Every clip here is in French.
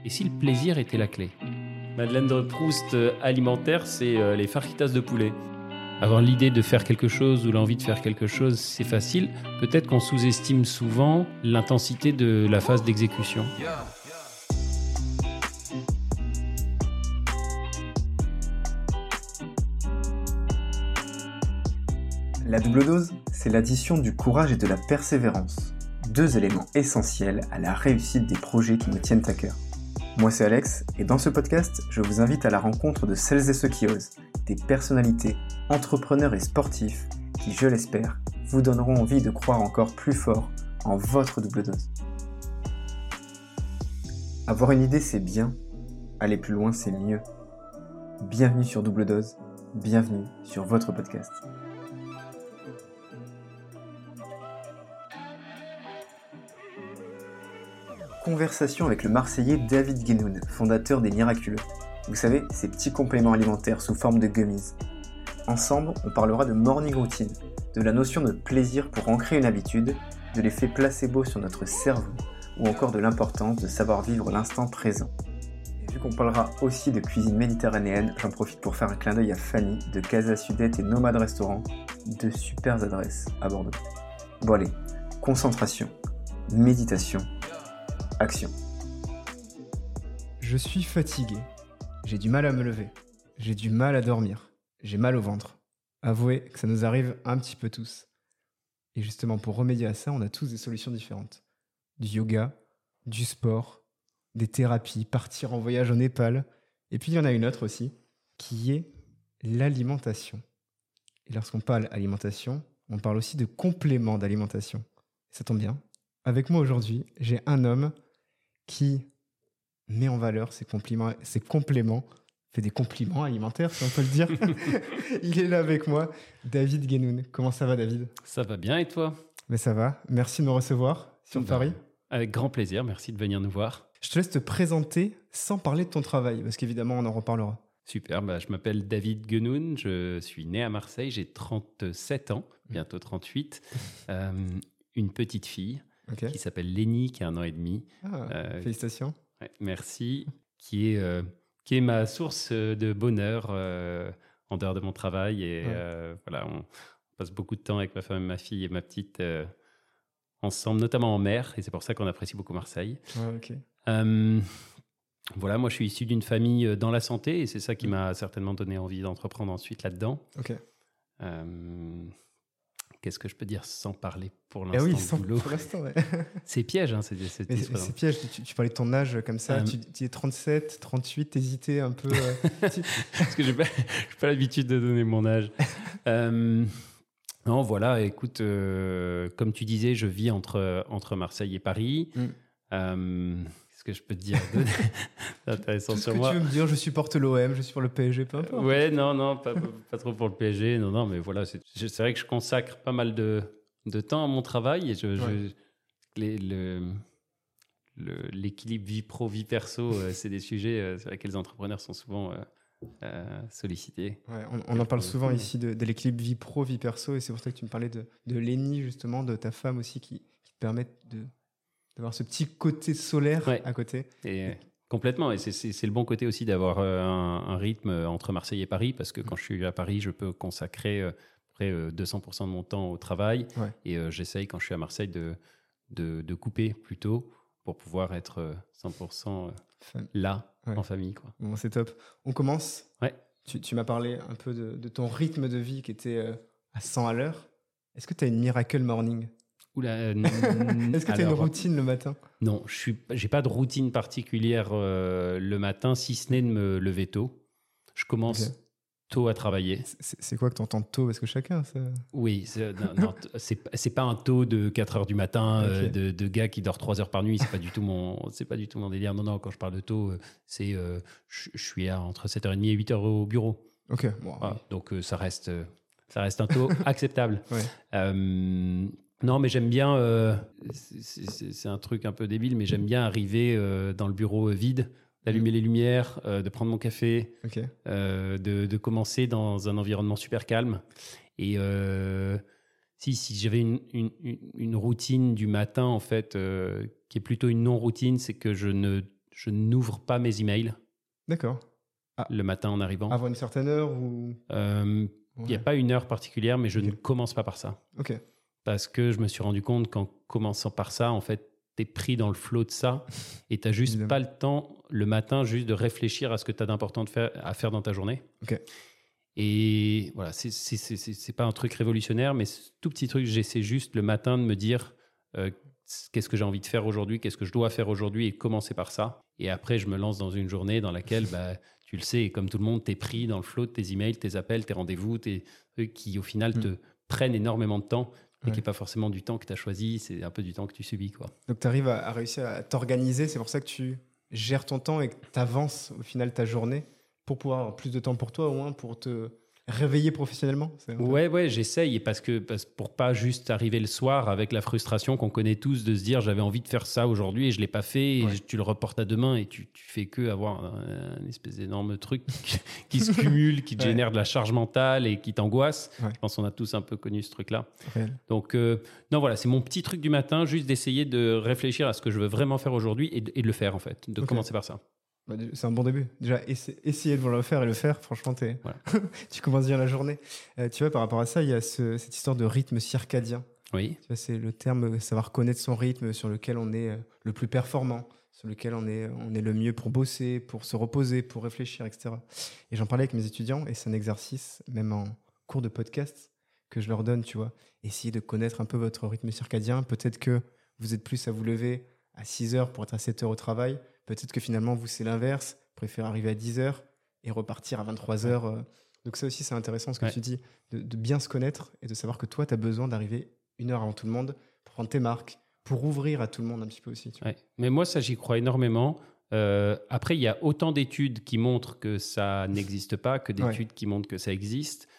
Et si le plaisir était la clé? Madeleine de Proust alimentaire, c'est les fajitas de poulet. Avoir l'idée de faire quelque chose ou l'envie de faire quelque chose, c'est facile. Peut-être qu'on sous-estime souvent l'intensité de la phase d'exécution. La double dose, c'est l'addition du courage et de la persévérance. Deux éléments essentiels à la réussite des projets qui nous tiennent à cœur. Moi c'est Alex, et dans ce podcast, je vous invite à la rencontre de celles et ceux qui osent, des personnalités, entrepreneurs et sportifs qui, je l'espère, vous donneront envie de croire encore plus fort en votre double dose. Avoir une idée c'est bien, aller plus loin c'est mieux. Bienvenue sur Double Dose, bienvenue sur votre podcast. Conversation avec le Marseillais David Guenoun, fondateur des Miraculeux. Vous savez, ces petits compléments alimentaires sous forme de gummies. Ensemble, on parlera de morning routine, de la notion de plaisir pour ancrer une habitude, de l'effet placebo sur notre cerveau, ou encore de l'importance de savoir vivre l'instant présent. Et vu qu'on parlera aussi de cuisine méditerranéenne, j'en profite pour faire un clin d'œil à Fanny de Casa Sudette et Nomade Restaurant, deux super adresses à Bordeaux. Bon allez, concentration, méditation, action. Je suis fatigué. J'ai du mal à me lever. J'ai du mal à dormir. J'ai mal au ventre. Avouez que ça nous arrive un petit peu tous. Et justement, pour remédier à ça, on a tous des solutions différentes. Du yoga, du sport, des thérapies, partir en voyage au Népal. Et puis, il y en a une autre aussi, qui est l'alimentation. Et lorsqu'on parle alimentation, on parle aussi de compléments d'alimentation. Et ça tombe bien. Avec moi aujourd'hui, j'ai un homme qui met en valeur ses compléments, fait des compliments alimentaires, si on peut le dire. Il est là avec moi, David Guenoun. Comment ça va, David ? Ça va bien et toi? Mais ça va. Merci de me recevoir sur Paris. Avec grand plaisir, merci de venir nous voir. Je te laisse te présenter sans parler de ton travail, parce qu'évidemment, on en reparlera. Super, je m'appelle David Guenoun, je suis né à Marseille, j'ai 37 ans, bientôt 38, une petite fille. Okay. Qui s'appelle Lénie, qui a 1 an et demi. Félicitations. Ouais, merci. Qui est ma source de bonheur en dehors de mon travail. Et voilà, on passe beaucoup de temps avec ma femme, ma fille et ma petite ensemble, notamment en mer. Et c'est pour ça qu'on apprécie beaucoup Marseille. Okay. Voilà, moi je suis issu d'une famille dans la santé et c'est ça qui m'a certainement donné envie d'entreprendre ensuite là-dedans. Ok. Qu'est-ce que je peux dire sans parler pour l'instant oui, boulot. Pour l'instant, ouais. C'est piège, hein, c'est piège. Tu parlais de ton âge comme ça, tu es 37, 38, t'hésitais un peu. Parce que j'ai pas l'habitude de donner mon âge. Non, voilà, écoute, comme tu disais, je vis entre Marseille et Paris. Qu'est-ce que je peux te dire d'intéressant sur moi? Tu veux me dire, je supporte l'OM, je supporte le PSG, peu importe. Ouais, non, pas trop pour le PSG. Non, mais voilà, c'est vrai que je consacre pas mal de temps à mon travail et l'équilibre vie pro, vie perso, c'est des sujets, c'est vrai que les entrepreneurs sont souvent sollicités. Ouais, on en parle souvent ici de l'équilibre vie pro, vie perso, et c'est pour ça que tu me parlais de Lénie, justement, de ta femme aussi, qui te permettent d'avoir ce petit côté solaire à côté. Et complètement. Et c'est le bon côté aussi d'avoir un rythme entre Marseille et Paris, parce que quand je suis à Paris, je peux consacrer à peu près 200% de mon temps au travail. Ouais. Et j'essaye, quand je suis à Marseille, de couper plutôt pour pouvoir être 100% là, en famille, quoi. Bon, c'est top. On commence. Ouais. Tu m'as parlé un peu de ton rythme de vie qui était à 100 à l'heure. Est-ce que tu as une miracle morning ? Est-ce que tu as une routine le matin ? Non, j'ai pas de routine particulière le matin, si ce n'est de me lever tôt. Je commence tôt à travailler. C'est quoi que tu entends tôt ? Parce que chacun, ça... Oui, c'est pas un tôt de 4 heures du matin, de gars qui dort 3 heures par nuit. C'est pas du tout mon délire. Non, quand je parle de tôt, c'est je suis entre 7h30 et 8h au bureau. Ok. Bon, voilà, donc ça reste un taux acceptable. Non, mais j'aime bien, c'est un truc un peu débile, mais j'aime bien arriver dans le bureau vide, d'allumer les lumières, de prendre mon café, de commencer dans un environnement super calme. Et si j'avais une routine du matin, en fait, qui est plutôt une non-routine, c'est que je ne je n'ouvre pas mes emails. D'accord. Le matin en arrivant. Avant une certaine heure ou... Il n'y a pas une heure particulière, mais je ne Ok. commence pas par ça. Ok. Parce que je me suis rendu compte qu'en commençant par ça, en fait, tu es pris dans le flot de ça et tu n'as juste Évidemment. pas le temps le matin juste de réfléchir à ce que tu as d'important à faire dans ta journée. Ok. Et voilà, c'est pas un truc révolutionnaire, mais ce tout petit truc, j'essaie juste le matin de me dire qu'est-ce que j'ai envie de faire aujourd'hui, qu'est-ce que je dois faire aujourd'hui et commencer par ça. Et après, je me lance dans une journée dans laquelle, tu le sais, comme tout le monde, tu es pris dans le flot de tes emails, tes appels, tes rendez-vous, tes trucs qui, au final, te prennent énormément de temps, mais qui n'est pas forcément du temps que tu as choisi, c'est un peu du temps que tu subis, quoi. Donc, tu arrives à réussir à t'organiser. C'est pour ça que tu gères ton temps et que tu avances, au final, ta journée pour pouvoir avoir plus de temps pour toi, au moins pour te réveiller professionnellement. Ouais, j'essaye parce que pour pas juste arriver le soir avec la frustration qu'on connaît tous de se dire j'avais envie de faire ça aujourd'hui et je l'ai pas fait et tu le reportes à demain et tu fais que avoir un espèce d'énorme truc qui se cumule, qui te génère de la charge mentale et qui t'angoisse. Je pense qu'on a tous un peu connu ce truc-là. Donc non, voilà, c'est mon petit truc du matin, juste d'essayer de réfléchir à ce que je veux vraiment faire aujourd'hui et de le faire en fait, de commencer par ça. C'est un bon début. Déjà, essayer de le faire et le faire, franchement, tu commences bien la journée. Tu vois, par rapport à ça, il y a cette histoire de rythme circadien. Oui. Tu vois, c'est le terme, savoir connaître son rythme sur lequel on est le plus performant, sur lequel on est le mieux pour bosser, pour se reposer, pour réfléchir, etc. Et j'en parlais avec mes étudiants, et c'est un exercice, même en cours de podcast, que je leur donne, tu vois. Essayez de connaître un peu votre rythme circadien. Peut-être que vous êtes plus à vous lever à 6 heures pour être à 7 heures au travail. Peut-être que finalement, vous, c'est l'inverse. Vous préférez arriver à 10 heures et repartir à 23 heures. Donc ça aussi, c'est intéressant ce que tu dis, de bien se connaître et de savoir que toi, tu as besoin d'arriver 1 heure avant tout le monde pour prendre tes marques, pour ouvrir à tout le monde un petit peu aussi. Tu vois. Mais moi, ça, j'y crois énormément. Après, il y a autant d'études qui montrent que ça n'existe pas que d'études qui montrent que ça existe.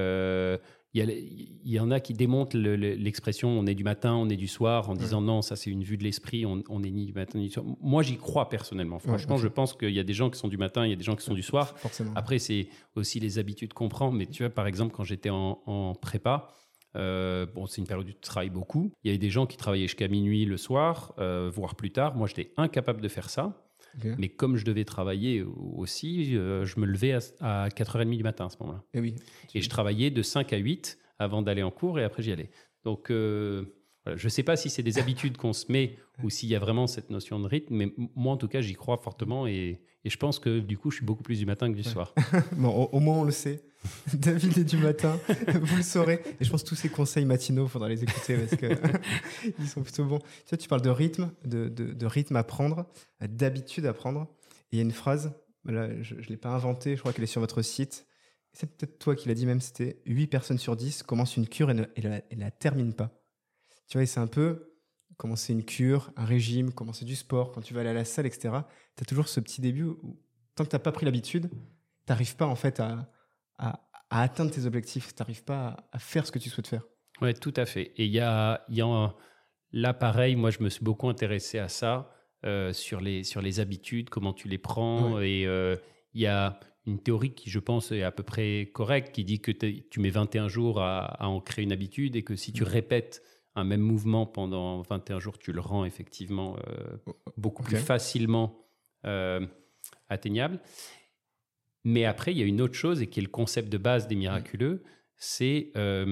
Il y en a qui démontent l'expression on est du matin, on est du soir, en disant non, ça c'est une vue de l'esprit, on est ni du matin ni du soir. Moi, j'y crois personnellement. Franchement, je pense qu'il y a des gens qui sont du matin, il y a des gens qui sont du soir. Forcément. Après, c'est aussi les habitudes qu'on prend. Mais tu vois, par exemple, quand j'étais en prépa, c'est une période où tu travailles beaucoup. Il y avait des gens qui travaillaient jusqu'à minuit le soir, voire plus tard. Moi, j'étais incapable de faire ça. Okay. Mais comme je devais travailler aussi, je me levais à 4h30 du matin à ce moment-là. Et je travaillais de 5 à 8 avant d'aller en cours et après j'y allais. Donc, voilà, je ne sais pas si c'est des habitudes qu'on se met ou s'il y a vraiment cette notion de rythme, mais moi, en tout cas, j'y crois fortement et je pense que du coup, je suis beaucoup plus du matin que du soir. Bon, au moins, on le sait. David est du matin, vous le saurez. Et je pense que tous ces conseils matinaux, il faudra les écouter parce qu'ils sont plutôt bons. Tu vois, tu parles de rythme, de rythme à prendre, d'habitude à prendre. Et il y a une phrase, là, je ne l'ai pas inventée, je crois qu'elle est sur votre site. C'est peut-être toi qui l'as dit même, c'était 8 personnes sur 10 commencent une cure et ne la terminent pas. Tu vois, et c'est un peu commencer une cure, un régime, commencer du sport, quand tu vas aller à la salle, etc. Tu as toujours ce petit début où, tant que tu n'as pas pris l'habitude, tu n'arrives pas en fait à atteindre tes objectifs, tu n'arrives pas à faire ce que tu souhaites faire. Oui, tout à fait. Et il y a là, pareil, moi, je me suis beaucoup intéressé à ça, sur les habitudes, comment tu les prends. Et il y a une théorie qui, je pense, est à peu près correcte, qui dit que tu mets 21 jours à en créer une habitude et que si tu répètes un même mouvement pendant 21 jours, tu le rends effectivement beaucoup plus facilement atteignable. Mais après, il y a une autre chose et qui est le concept de base des miraculeux, c'est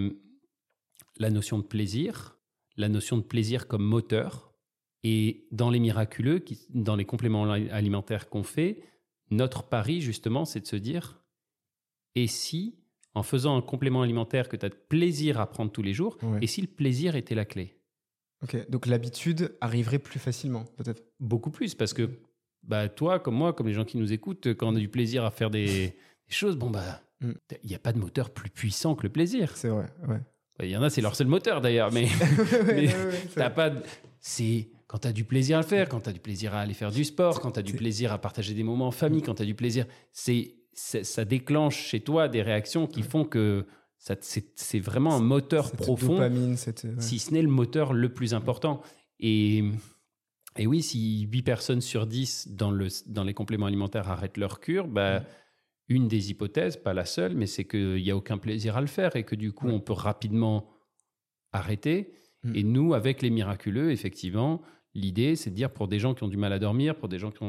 la notion de plaisir comme moteur. Et dans les miraculeux, dans les compléments alimentaires qu'on fait, notre pari, justement, c'est de se dire, et si, en faisant un complément alimentaire que tu as de plaisir à prendre tous les jours, et si le plaisir était la clé? Ok, donc l'habitude arriverait plus facilement, peut-être? Beaucoup plus, parce que toi, comme moi, comme les gens qui nous écoutent, quand on a du plaisir à faire des choses, il n'y a pas de moteur plus puissant que le plaisir. C'est vrai, ouais. Il y en a, c'est leur seul moteur d'ailleurs, mais t'as pas c'est quand tu as du plaisir à le faire, quand tu as du plaisir à aller faire du sport, quand tu as du plaisir à partager des moments en famille, quand tu as du plaisir, ça déclenche chez toi des réactions qui font que c'est vraiment un moteur profond, dopamine, si ce n'est le moteur le plus important. Et oui, si 8 personnes sur 10 dans les compléments alimentaires arrêtent leur cure, une des hypothèses, pas la seule, mais c'est qu'il n'y a aucun plaisir à le faire et que du coup, on peut rapidement arrêter. Et nous, avec les miraculeux, effectivement, l'idée, c'est de dire pour des gens qui ont du mal à dormir, pour des gens qui ont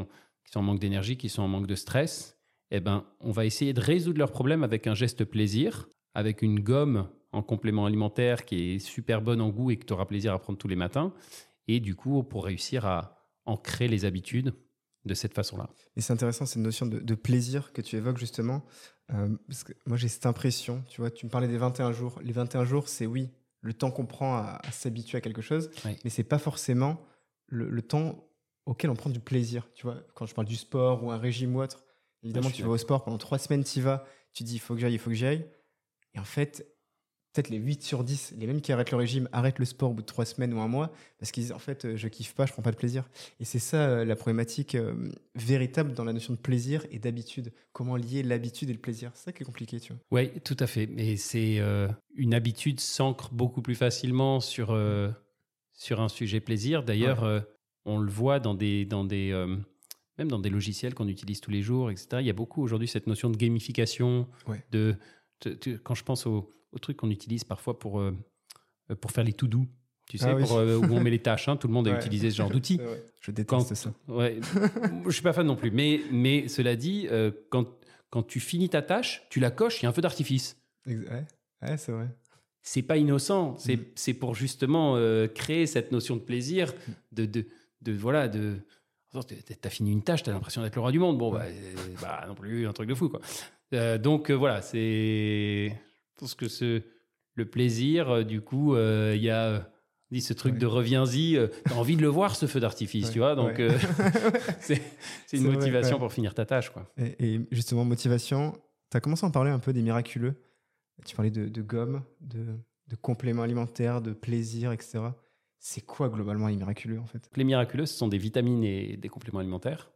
qui sont en manque d'énergie, qui sont en manque de stress, eh ben, on va essayer de résoudre leurs problèmes avec un geste plaisir, avec une gomme en complément alimentaire qui est super bonne en goût et que tu auras plaisir à prendre tous les matins. Et du coup, pour réussir à ancrer les habitudes de cette façon-là. Et c'est intéressant cette notion de plaisir que tu évoques justement, parce que moi j'ai cette impression, tu vois, tu me parlais des 21 jours. Les 21 jours, c'est oui, le temps qu'on prend à s'habituer à quelque chose, mais c'est pas forcément le temps auquel on prend du plaisir. Tu vois, quand je parle du sport ou un régime ou autre, évidemment, tu vas au sport, pendant 3 semaines, tu y vas, tu dis il faut que j'aille. Et en fait, peut-être les 8 sur 10, les mêmes qui arrêtent le régime, arrêtent le sport au bout de 3 semaines ou un mois, parce qu'ils disent en fait, je kiffe pas, je prends pas de plaisir. Et c'est ça la problématique véritable dans la notion de plaisir et d'habitude. Comment lier l'habitude et le plaisir? C'est ça qui est compliqué, tu vois. Oui, tout à fait. Mais c'est une habitude s'ancre beaucoup plus facilement sur un sujet plaisir. D'ailleurs, on le voit même dans des logiciels qu'on utilise tous les jours, etc. Il y a beaucoup aujourd'hui cette notion de gamification. Quand je pense aux trucs qu'on utilise parfois pour faire les to-do, tu sais, où on met les tâches. Tout le monde a utilisé ce genre d'outil. Je déteste ça. Ouais, je suis pas fan non plus. Mais cela dit, quand tu finis ta tâche, tu la coches, il y a un feu d'artifice. Ouais, c'est vrai. C'est pas innocent. C'est pour justement créer cette notion de plaisir, voilà, t'as fini une tâche, t'as l'impression d'être le roi du monde. Bon, bah non plus, un truc de fou, quoi. Donc voilà, je pense que le plaisir, du coup, il y a ce truc de reviens-y, t'as envie de le voir, ce feu d'artifice, tu vois, donc c'est une motivation pour finir ta tâche, quoi. Et justement, motivation, t'as commencé à en parler un peu des miraculeux. Tu parlais de gomme, de compléments alimentaires, de plaisir, etc. C'est quoi globalement les miraculeux, en fait? Les miraculeux, ce sont des vitamines et des compléments alimentaires.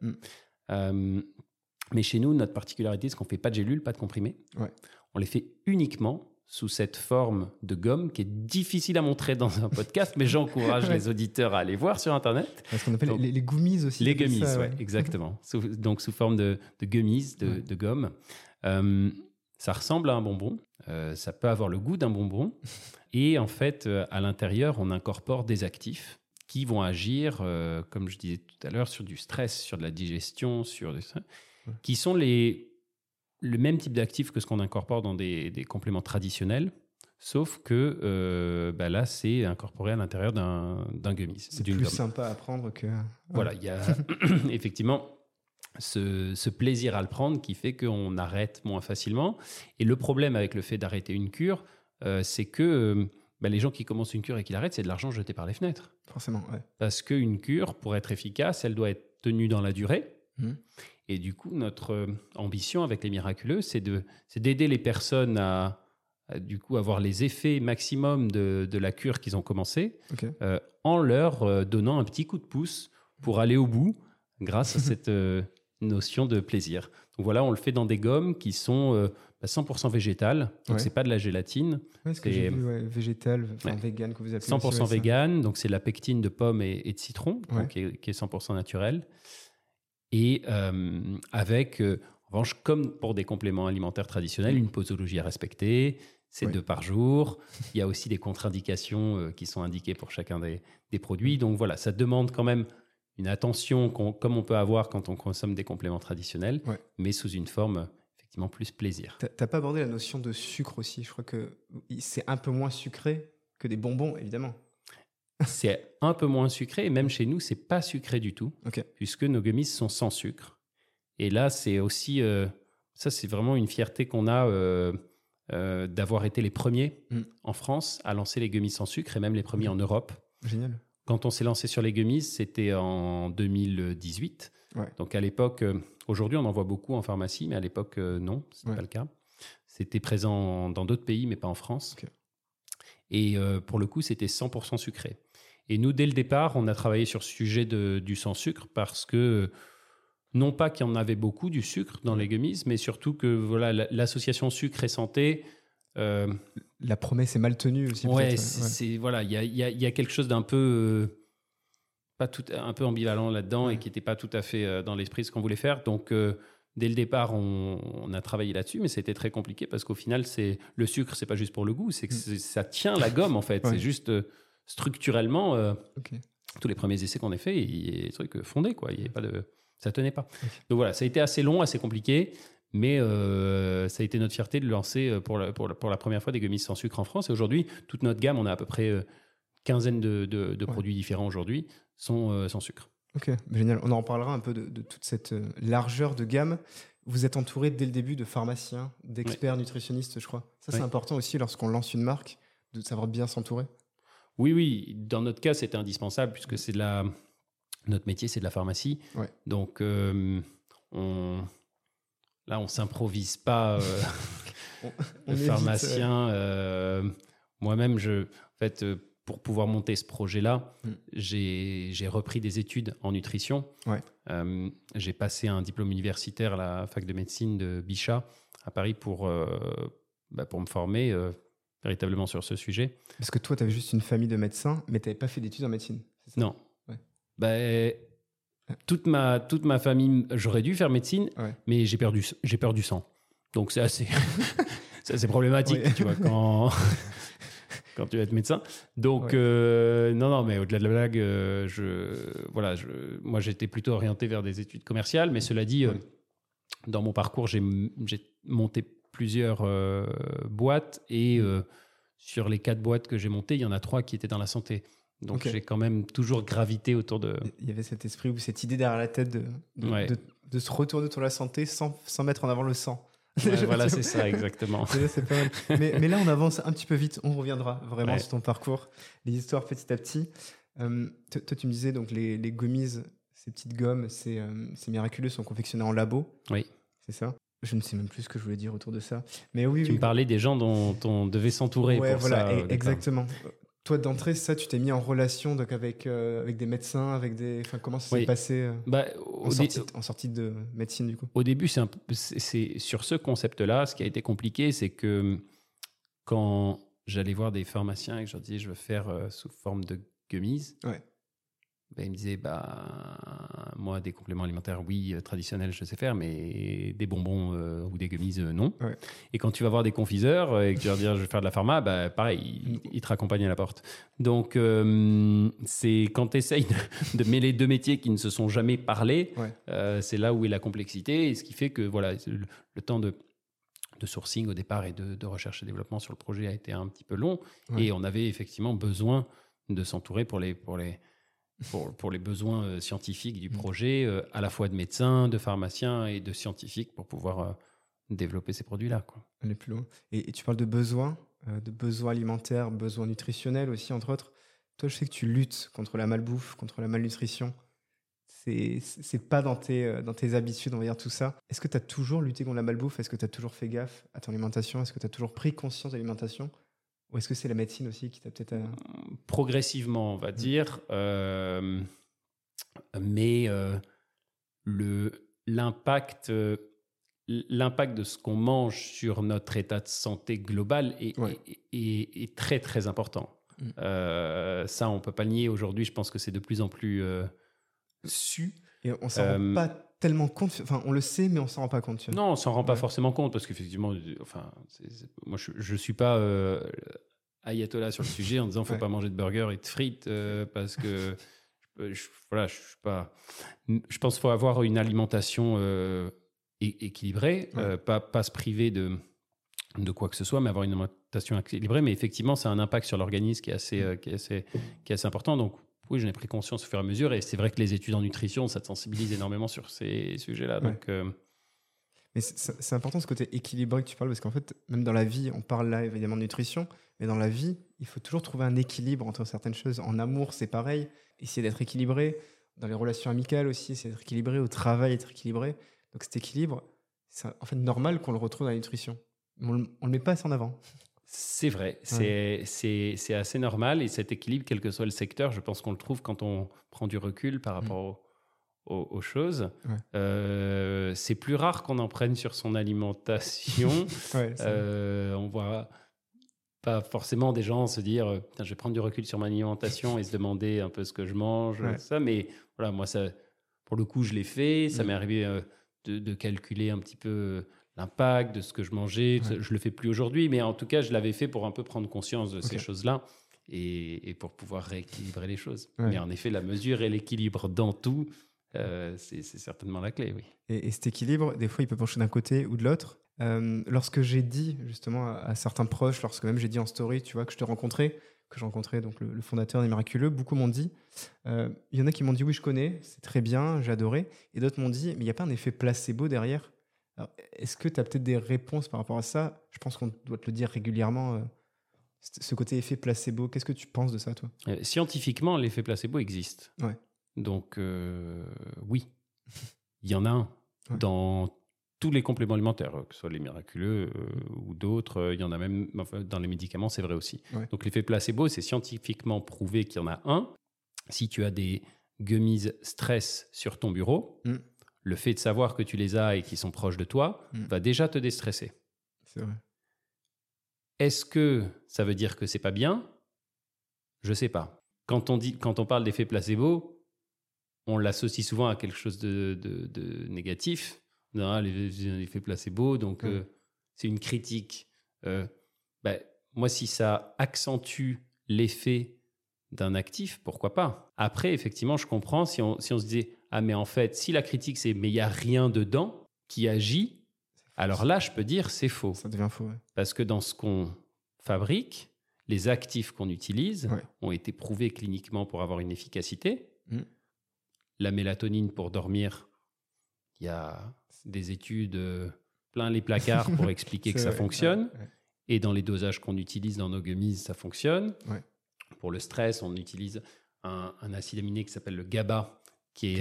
Mais chez nous, notre particularité, c'est qu'on ne fait pas de gélules, pas de comprimés. On les fait uniquement sous cette forme de gomme qui est difficile à montrer dans un podcast, mais j'encourage les auditeurs à aller voir sur Internet. Ce qu'on appelle les gummies aussi. Les gummies, exactement. Donc sous forme de gummies, de gomme. Ça ressemble à un bonbon. Ça peut avoir le goût d'un bonbon. Et en fait, à l'intérieur, on incorpore des actifs qui vont agir, comme je disais tout à l'heure, sur du stress, sur de la digestion, qui sont le même type d'actifs que ce qu'on incorpore dans des compléments traditionnels, sauf que là, c'est incorporé à l'intérieur d'un gummies. C'est plus sympa à prendre que... Voilà, il y a effectivement ce plaisir à le prendre qui fait qu'on arrête moins facilement. Et le problème avec le fait d'arrêter une cure, c'est que les gens qui commencent une cure et qui l'arrêtent, c'est de l'argent jeté par les fenêtres. Forcément, ouais. Parce qu'une cure, pour être efficace, elle doit être tenue dans la durée. Et du coup, notre ambition avec les miraculeux, c'est d'aider les personnes à du coup avoir les effets maximum de la cure qu'ils ont commencé, en leur donnant un petit coup de pouce pour aller au bout grâce à cette notion de plaisir. Donc voilà, on le fait dans des gommes qui sont 100% végétales, donc c'est pas de la gélatine. Ce que j'ai vu, végétal, vegan que vous appelez 100% vegan, donc c'est de la pectine de pomme et de citron, donc qui est 100% naturelle. Et avec, en revanche, comme pour des compléments alimentaires traditionnels, une posologie à respecter, c'est 2 par jour. Il y a aussi des contre-indications qui sont indiquées pour chacun des produits. Donc voilà, ça demande quand même une attention comme on peut avoir quand on consomme des compléments traditionnels, mais sous une forme effectivement plus plaisir. T'as pas abordé la notion de sucre aussi. Je crois que c'est un peu moins sucré que des bonbons, évidemment. C'est un peu moins sucré, et même chez nous, c'est pas sucré du tout, puisque nos gummies sont sans sucre. Et là, c'est aussi, ça c'est vraiment une fierté qu'on a d'avoir été les premiers en France à lancer les gummies sans sucre, et même les premiers en Europe. Génial. Quand on s'est lancé sur les gummies, c'était en 2018. Donc à l'époque, aujourd'hui on en voit beaucoup en pharmacie, mais à l'époque non, ce n'est pas le cas. C'était présent dans d'autres pays, mais pas en France. Et pour le coup, c'était 100% sucré. Et nous, dès le départ, on a travaillé sur ce sujet du sans sucre parce que, non pas qu'il y en avait beaucoup du sucre dans les gummies, mais surtout que voilà, l'association sucre et santé... la promesse est mal tenue aussi. Voilà, il y a quelque chose d'un peu... un peu ambivalent là-dedans et qui n'était pas tout à fait dans l'esprit de ce qu'on voulait faire. Donc, dès le départ, on a travaillé là-dessus, mais c'était très compliqué parce qu'au final, le sucre, c'est pas juste pour le goût, c'est que ça tient la gomme en fait. C'est juste structurellement, tous les premiers essais qu'on a faits, il y a des trucs fondés, quoi. Il n'y avait pas Ça tenait pas. Okay. Donc voilà, ça a été assez long, assez compliqué, mais ça a été notre fierté de lancer pour la première fois des gummies sans sucre en France. Et aujourd'hui, toute notre gamme, on a à peu près quinzaine de produits différents aujourd'hui, sont sans sucre. Ok, génial. On en parlera un peu de toute cette largeur de gamme. Vous êtes entouré dès le début de pharmaciens, d'experts nutritionnistes, je crois. Ça, c'est important aussi lorsqu'on lance une marque, de savoir bien s'entourer. Oui. Dans notre cas, c'était indispensable puisque notre métier, c'est de la pharmacie. Ouais. Donc, on s'improvise pas on pharmacien. Moi-même, pour pouvoir monter ce projet-là, j'ai repris des études en nutrition. Ouais. J'ai passé un diplôme universitaire à la fac de médecine de Bichat à Paris pour me former véritablement sur ce sujet. Parce que toi, tu avais juste une famille de médecins, mais tu n'avais pas fait d'études en médecine, c'est ça? Non. Ouais. Toute ma famille, j'aurais dû faire médecine, mais j'ai perdu sang. Donc c'est assez problématique, tu vois, quand tu vas être médecin. Donc, non, mais au-delà de la blague, moi, j'étais plutôt orienté vers des études commerciales. Mais cela dit, dans mon parcours, j'ai monté plusieurs boîtes. Et sur les 4 boîtes que j'ai montées, il y en a 3 qui étaient dans la santé. Donc, j'ai quand même toujours gravité autour de... Il y avait cet esprit ou cette idée derrière la tête de se retourner autour de la santé sans mettre en avant le sang. Voilà, c'est ça, exactement. C'est pas mal. Mais là, on avance un petit peu vite. On reviendra vraiment sur ton parcours, les histoires petit à petit. Toi, tu me disais, donc, les gummies, ces petites gommes, ces miraculeux sont confectionnés en labo. Oui. C'est ça. Je ne sais même plus ce que je voulais dire autour de ça. Mais oui, tu me parlais des gens dont on devait s'entourer pour ça. Exactement. Toi, d'entrée, ça, tu t'es mis en relation donc, avec des médecins, comment ça s'est passé en sortie de médecine, du coup? Au début, c'est sur ce concept-là, ce qui a été compliqué, c'est que quand j'allais voir des pharmaciens et que je leur disais je veux faire sous forme de gummies, ils me disaient moi, des compléments alimentaires, oui, traditionnels, je sais faire, mais des bonbons ou des gummies, non. Ouais. Et quand tu vas voir des confiseurs et que tu leur dis je vais faire de la pharma, pareil, ils te raccompagnent à la porte. Donc, c'est quand tu essayes de mêler 2 métiers qui ne se sont jamais parlé, c'est là où est la complexité. Et ce qui fait que le temps de sourcing au départ et de recherche et développement sur le projet a été un petit peu long. Et on avait effectivement besoin de s'entourer pour les besoins scientifiques du projet, à la fois de médecins, de pharmaciens et de scientifiques pour pouvoir développer ces produits-là. Aller plus loin. Et tu parles de besoins alimentaires, besoins nutritionnels aussi, entre autres. Toi, je sais que tu luttes contre la malbouffe, contre la malnutrition. C'est pas dans tes habitudes, on va dire, tout ça. Est-ce que tu as toujours lutté contre la malbouffe? Est-ce que tu as toujours fait gaffe à ton alimentation? Est-ce que tu as toujours pris conscience de l'alimentation? Ou est-ce que c'est la médecine aussi qui t'a peut-être... Progressivement, on va dire. Mais l'impact de ce qu'on mange sur notre état de santé global est très, très important. Ça, on ne peut pas le nier. Aujourd'hui, je pense que c'est de plus en plus su. Et on ne s'en rend pas tellement compte. Enfin, on le sait, mais on ne s'en rend pas compte. Non, on ne s'en rend pas forcément compte parce qu'effectivement, moi, je ne suis pas ayatollah sur le sujet en disant qu'il ne faut pas manger de burgers et de frites parce que je suis pas... Je pense qu'il faut avoir une alimentation équilibrée, pas se priver de quoi que ce soit, mais avoir une alimentation équilibrée. Mais effectivement, ça a un impact sur l'organisme qui est assez important. Donc, oui, j'en ai pris conscience au fur et à mesure. Et c'est vrai que les études en nutrition, ça te sensibilise énormément sur ces sujets-là. Donc, mais c'est important ce côté équilibré que tu parles, parce qu'en fait, même dans la vie, on parle là évidemment de nutrition, mais dans la vie, il faut toujours trouver un équilibre entre certaines choses. En amour, c'est pareil. Essayer d'être équilibré. Dans les relations amicales aussi, essayer d'être équilibré. Au travail, être équilibré. Donc cet équilibre, c'est en fait normal qu'on le retrouve dans la nutrition. On ne le met pas assez en avant. C'est vrai, c'est assez normal. Et cet équilibre, quel que soit le secteur, je pense qu'on le trouve quand on prend du recul par rapport aux choses. C'est plus rare qu'on en prenne sur son alimentation. On voit pas forcément des gens se dire je vais prendre du recul sur mon alimentation et se demander un peu ce que je mange, ça. Mais voilà, moi, ça, pour le coup, je l'ai fait. Ça m'est arrivé de calculer un petit peu l'impact de ce que je mangeais. Je le fais plus aujourd'hui, mais en tout cas, je l'avais fait pour un peu prendre conscience de ces choses-là et pour pouvoir rééquilibrer les choses. Mais en effet, la mesure et l'équilibre dans tout, c'est certainement la clé, oui. Et cet équilibre, des fois, il peut pencher d'un côté ou de l'autre. Lorsque j'ai dit justement à certains proches, lorsque même j'ai dit en story, tu vois, que je rencontrais donc le fondateur des Miraculeux, beaucoup m'ont dit, il y en a qui m'ont dit oui, je connais, c'est très bien, j'ai adoré, et d'autres m'ont dit mais il n'y a pas un effet placebo derrière. Alors, est-ce que tu as peut-être des réponses par rapport à ça? Je pense qu'on doit te le dire régulièrement, ce côté effet placebo. Qu'est-ce que tu penses de ça, toi? Scientifiquement, l'effet placebo existe. Ouais. Donc, oui, il y en a un dans tous les compléments alimentaires, que ce soit les Miraculeux ou d'autres. Il y en a même dans les médicaments, c'est vrai aussi. Ouais. Donc, l'effet placebo, c'est scientifiquement prouvé qu'il y en a un. Si tu as des gummies stress sur ton bureau, le fait de savoir que tu les as et qu'ils sont proches de toi va déjà te déstresser. C'est vrai. Est-ce que ça veut dire que c'est pas bien? Je sais pas. Quand on parle d'effet placebo, on l'associe souvent à quelque chose de négatif. Non, l'effet placebo, donc c'est une critique. Moi, si ça accentue l'effet d'un actif, pourquoi pas? Après, effectivement, je comprends si on se disait « Ah, mais en fait, si la critique, c'est « Mais il n'y a rien dedans qui agit », alors là, je peux dire « C'est faux ». Ça devient faux, ouais. Parce que dans ce qu'on fabrique, les actifs qu'on utilise ont été prouvés cliniquement pour avoir une efficacité. La mélatonine pour dormir, il y a des études plein les placards pour expliquer que ça fonctionne. Ouais. Et dans les dosages qu'on utilise dans nos gummies, ça fonctionne. Ouais. Pour le stress, on utilise un acide aminé qui s'appelle le GABA, qui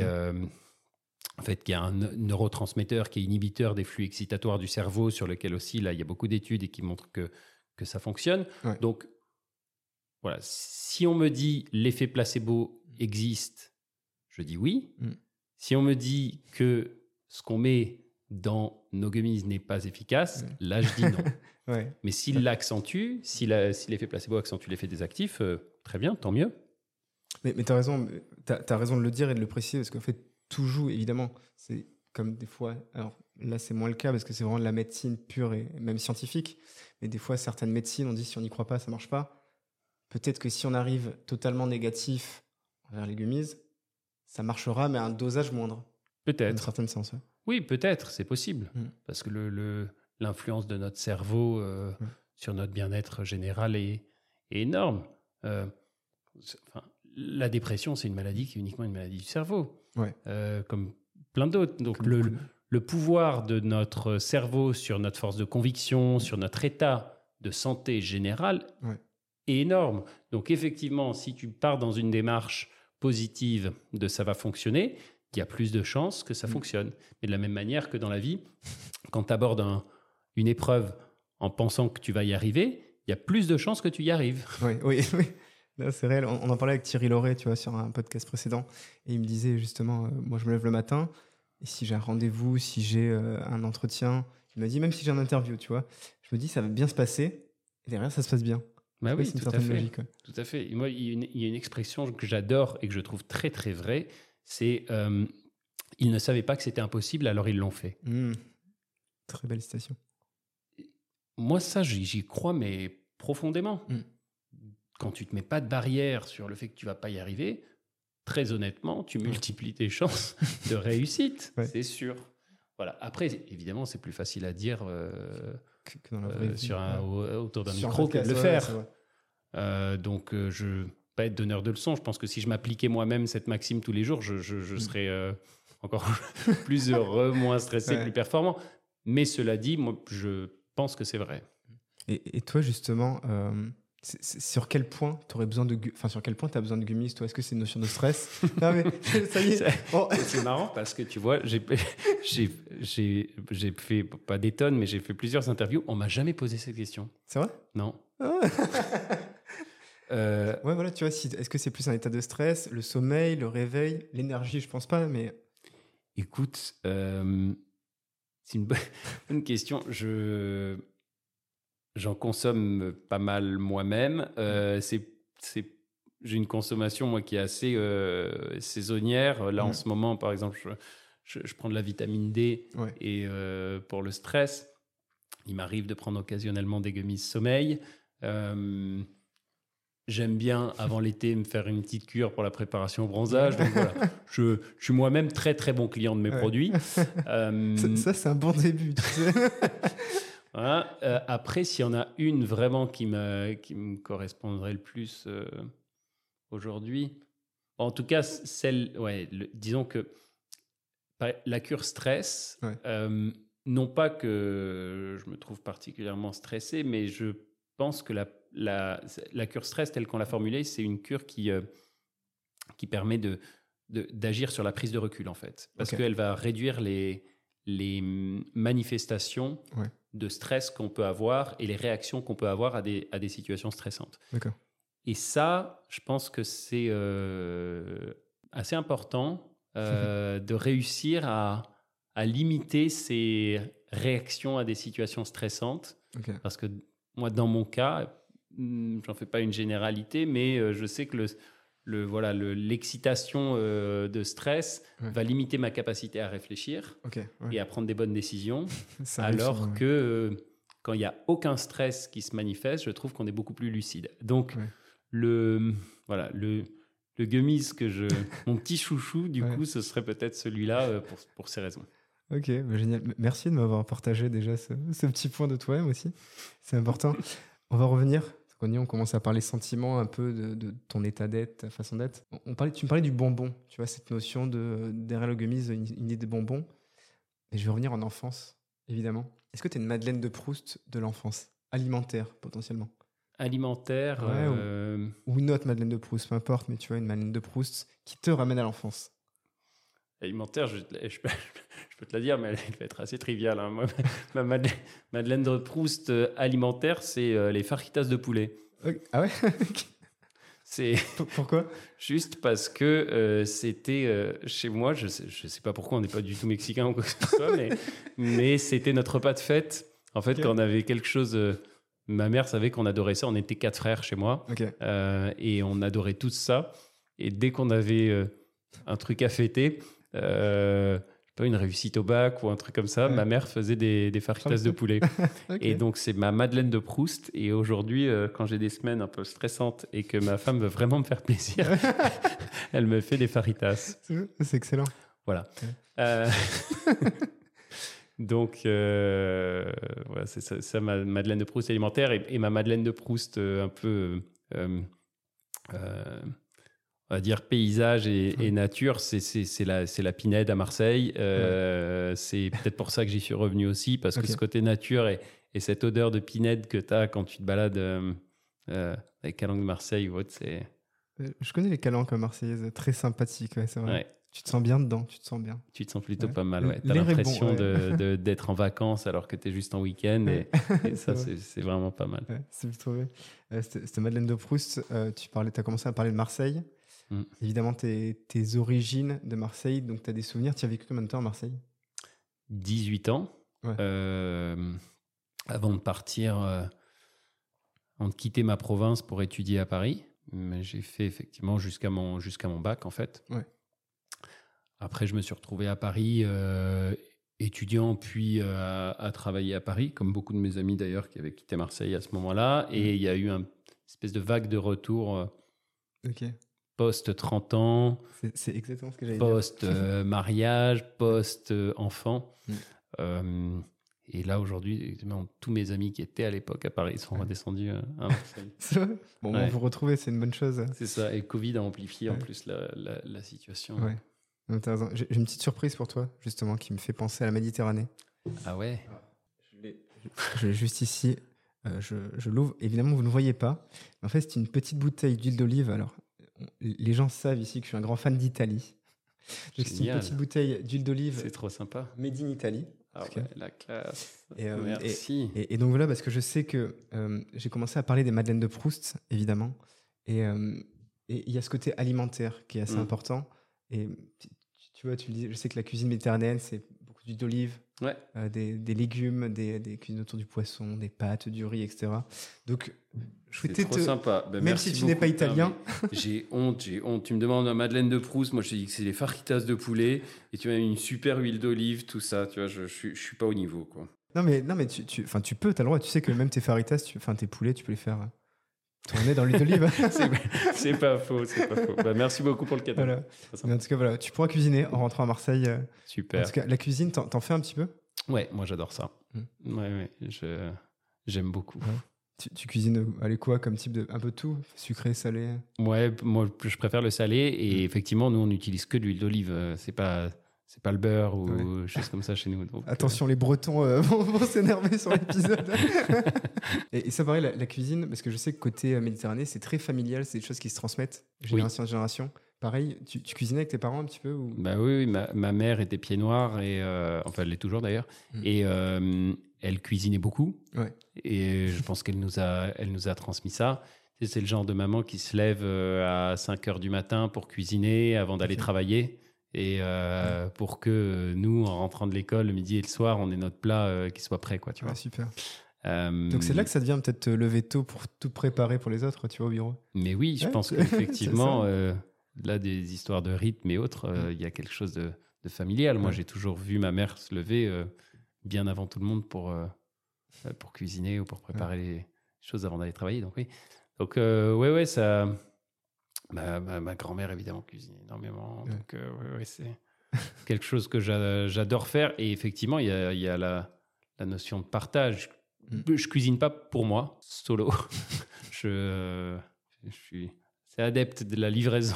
est, qui est un neurotransmetteur, qui est inhibiteur des flux excitatoires du cerveau, sur lequel aussi, là, il y a beaucoup d'études et qui montrent que ça fonctionne. Ouais. Donc, voilà, si on me dit l'effet placebo existe, je dis oui. Si on me dit que ce qu'on met dans nos gummies n'est pas efficace, là, je dis non. Ouais. Mais s'il l'accentue, si l'effet placebo accentue l'effet des actifs, très bien, tant mieux. Mais tu as raison, t'as raison de le dire et de le préciser, parce qu'en fait, tout joue, évidemment. C'est comme des fois, alors là, c'est moins le cas, parce que c'est vraiment de la médecine pure et même scientifique. Mais des fois, certaines médecines, on dit si on n'y croit pas, ça ne marche pas. Peut-être que si on arrive totalement négatif envers les gummies, ça marchera, mais à un dosage moindre. Peut-être. Dans une certaine sens. Ouais. Oui, peut-être, c'est possible. Parce que l'influence de notre cerveau sur notre bien-être général est énorme. La dépression, c'est une maladie qui est uniquement une maladie du cerveau, comme plein d'autres. Donc, le pouvoir de notre cerveau sur notre force de conviction, sur notre état de santé générale est énorme. Donc, effectivement, si tu pars dans une démarche positive de ça va fonctionner, il y a plus de chances que ça fonctionne. Mais de la même manière que dans la vie, quand tu abordes une épreuve en pensant que tu vas y arriver, il y a plus de chances que tu y arrives. Oui. Là, c'est réel. On en parlait avec Thierry Lauré, tu vois, sur un podcast précédent. Et il me disait justement, moi, je me lève le matin, et si j'ai un rendez-vous, si j'ai un entretien, il m'a dit, même si j'ai un interview, tu vois, je me dis, ça va bien se passer, et derrière, ça se passe bien. Bah oui, tout à fait. Logique, tout à fait. Et moi, il y a une expression que j'adore et que je trouve très, très vraie, c'est ils ne savaient pas que c'était impossible, alors ils l'ont fait. Très belle citation. Moi, ça, j'y crois, mais profondément. Quand tu ne te mets pas de barrière sur le fait que tu ne vas pas y arriver, très honnêtement, tu multiplies tes chances de réussite, c'est sûr. Voilà. Après, évidemment, c'est plus facile à dire que dans la vraie vie, autour d'un micro que de le faire. Donc, je ne veux pas être donneur de leçons. Je pense que si je m'appliquais moi-même cette maxime tous les jours, je serais encore plus heureux, moins stressé, plus performant. Mais cela dit, moi, je pense que c'est vrai. Et toi, justement, sur quel point tu aurais besoin sur quel point tu as besoin de gummies, toi? Est-ce que c'est une notion de stress? Non, mais ça y est. Bon. C'est marrant parce que tu vois, j'ai fait pas des tonnes, mais j'ai fait plusieurs interviews. On m'a jamais posé cette question. C'est vrai? Non. Ouais, voilà, tu vois, est-ce que c'est plus un état de stress, le sommeil, le réveil, l'énergie? Je pense pas, mais. Écoute, c'est une bonne question. J'en consomme pas mal moi-même. J'ai une consommation, moi, qui est assez saisonnière. Là, en ce moment, par exemple, je prends de la vitamine D et pour le stress, il m'arrive de prendre occasionnellement des gummies sommeil. j'aime bien, avant l'été, me faire une petite cure pour la préparation au bronzage. Donc voilà, je suis moi-même très, très bon client de mes produits. Ça, c'est un bon début, tu sais. Voilà. Après, s'il y en a une vraiment qui me correspondrait le plus aujourd'hui, en tout cas, disons que la cure stress, non pas que je me trouve particulièrement stressé, mais je pense que la cure stress telle qu'on l'a formulée, c'est une cure qui permet d'agir sur la prise de recul, en fait. Parce qu'elle va réduire les manifestations de stress qu'on peut avoir et les réactions qu'on peut avoir à des situations stressantes. D'accord. Et ça, je pense que c'est assez important de réussir à limiter ces réactions à des situations stressantes. Parce que moi, dans mon cas, j'en fais pas une généralité, mais je sais que l'excitation de stress va limiter ma capacité à réfléchir et à prendre des bonnes décisions. Alors que quand il n'y a aucun stress qui se manifeste, je trouve qu'on est beaucoup plus lucide. Donc, le gummies mon petit chouchou, du coup, ce serait peut-être celui-là pour ces raisons. Ok, génial. Merci de m'avoir partagé déjà ce petit point de toi-même aussi. C'est important. On va revenir. On commence à parler sentiments un peu de ton état d'être, ta façon d'être. Tu me parlais du bonbon, tu vois, cette notion derrière le gummies, une idée de bonbon. Et je vais revenir en enfance, évidemment. Est-ce que tu es une Madeleine de Proust de l'enfance, alimentaire potentiellement? Alimentaire ou une autre Madeleine de Proust, peu importe, mais tu vois, une Madeleine de Proust qui te ramène à l'enfance. Alimentaire, je peux te la dire, mais elle va être assez triviale. Hein. Moi, ma Madeleine de Proust alimentaire, c'est les fajitas de poulet. Ah ouais. Pourquoi? Juste parce que c'était chez moi, je sais pas pourquoi, on n'est pas du tout mexicain ou quoi que ce soit, mais c'était notre repas de fête. En fait, quand on avait quelque chose... ma mère savait qu'on adorait ça. On était 4 frères chez moi. Et on adorait tous ça. Et dès qu'on avait un truc à fêter... pas une réussite au bac ou un truc comme ça, ma mère faisait des fajitas de poulet. Et donc c'est ma Madeleine de Proust. Et aujourd'hui, quand j'ai des semaines un peu stressantes et que ma femme veut vraiment me faire plaisir, elle me fait des fajitas. C'est excellent. Voilà. Donc voilà, c'est ça ma Madeleine de Proust alimentaire et ma Madeleine de Proust un peu on va dire paysage et nature, c'est la Pinède à Marseille. C'est peut-être pour ça que j'y suis revenu aussi, parce que ce côté nature et cette odeur de Pinède que tu as quand tu te balades avec Calanques de Marseille, c'est... Je connais les Calanques marseillaises, très sympathiques, c'est vrai. Tu te sens bien dedans, tu te sens bien. Tu te sens plutôt pas mal, Tu as l'impression d'être en vacances alors que tu es juste en week-end, et ça, c'est vraiment pas mal. C'est plutôt vrai. C'était Madeleine de Proust, tu as commencé à parler de Marseille. Évidemment, tes origines de Marseille, donc tu as des souvenirs. Tu as vécu combien de temps à Marseille? 18 ans. Avant de partir, avant de quitter ma province pour étudier à Paris. Mais j'ai fait effectivement jusqu'à mon bac, en fait. Après, je me suis retrouvé à Paris, étudiant, puis à travailler à Paris, comme beaucoup de mes amis d'ailleurs qui avaient quitté Marseille à ce moment-là. Et il y a eu une espèce de vague de retour... Post-30 ans, c'est exactement ce que j'allais post-mariage, post-enfant. Et là, aujourd'hui, tous mes amis qui étaient à l'époque à Paris sont redescendus à Marseille. C'est vrai. Bon, vous retrouvez, c'est une bonne chose. C'est ça, et Covid a amplifié en plus la situation. T'as raison. J'ai une petite surprise pour toi, justement, qui me fait penser à la Méditerranée. Ah ouais. Je l'ai juste ici. Je l'ouvre. Évidemment, vous ne voyez pas. Mais en fait, c'est une petite bouteille d'huile d'olive. Alors, les gens savent ici que je suis un grand fan d'Italie. Donc, c'est une petite bouteille d'huile d'olive. C'est trop sympa. Made in Italy. Ah ouais, la classe. Merci. Et donc voilà, parce que je sais que j'ai commencé à parler des Madeleines de Proust, évidemment. Et il y a ce côté alimentaire qui est assez important. Et tu vois, tu le dis, je sais que la cuisine méditerranéenne, c'est beaucoup d'huile d'olive, des légumes, des cuisines autour du poisson, des pâtes, du riz, etc. Donc, c'est trop sympa. Même si tu n'es pas italien. J'ai honte. Tu me demandes la Madeleine de Proust. Moi, je te dis que c'est des fajitas de poulet. Et tu as une super huile d'olive, tout ça. Tu vois, je suis pas au niveau, quoi. Non, mais tu peux, tu as le droit. Tu sais que même tes fajitas, tes poulets, tu peux les faire tourner dans l'huile d'olive. C'est pas faux, c'est pas faux. Bah, merci beaucoup pour le cadeau. Voilà. Mais en tout cas, voilà, tu pourras cuisiner en rentrant à Marseille. Super. En tout cas, la cuisine, t'en fais un petit peu? Ouais, moi j'adore ça. Ouais, j'aime beaucoup. Ouais. Tu cuisines, allez, quoi, comme type de... Un peu tout? Sucré, salé? Ouais, moi je préfère le salé et effectivement, nous on n'utilise que de l'huile d'olive. C'est pas le beurre ou choses comme ça chez nous. Donc, attention, les Bretons vont s'énerver sur l'épisode. et ça, pareil, la cuisine, parce que je sais que côté Méditerranée, c'est très familial, c'est des choses qui se transmettent génération en génération. Pareil, tu cuisinais avec tes parents un petit peu ou... Bah oui, ma mère était pied noir, et, enfin elle l'est toujours d'ailleurs, et elle cuisinait beaucoup. Ouais. Et je pense qu'elle nous a transmis ça. C'est le genre de maman qui se lève à 5 heures du matin pour cuisiner avant d'aller travailler. Et pour que nous, en rentrant de l'école le midi et le soir, on ait notre plat qui soit prêt, quoi, tu vois. Super. Donc c'est là que ça devient peut-être te lever tôt pour tout préparer pour les autres, tu vois, au bureau. Mais oui, je pense qu'effectivement, là, des histoires de rythme et autres, il y a quelque chose de familial. Moi, j'ai toujours vu ma mère se lever bien avant tout le monde pour cuisiner ou pour préparer les choses avant d'aller travailler. Donc oui. Donc ouais, ça... Ma grand-mère, évidemment, cuisine énormément. Donc, c'est quelque chose que j'adore faire. Et effectivement, il y a la notion de partage. Je cuisine pas pour moi, solo. Je suis assez adepte de la livraison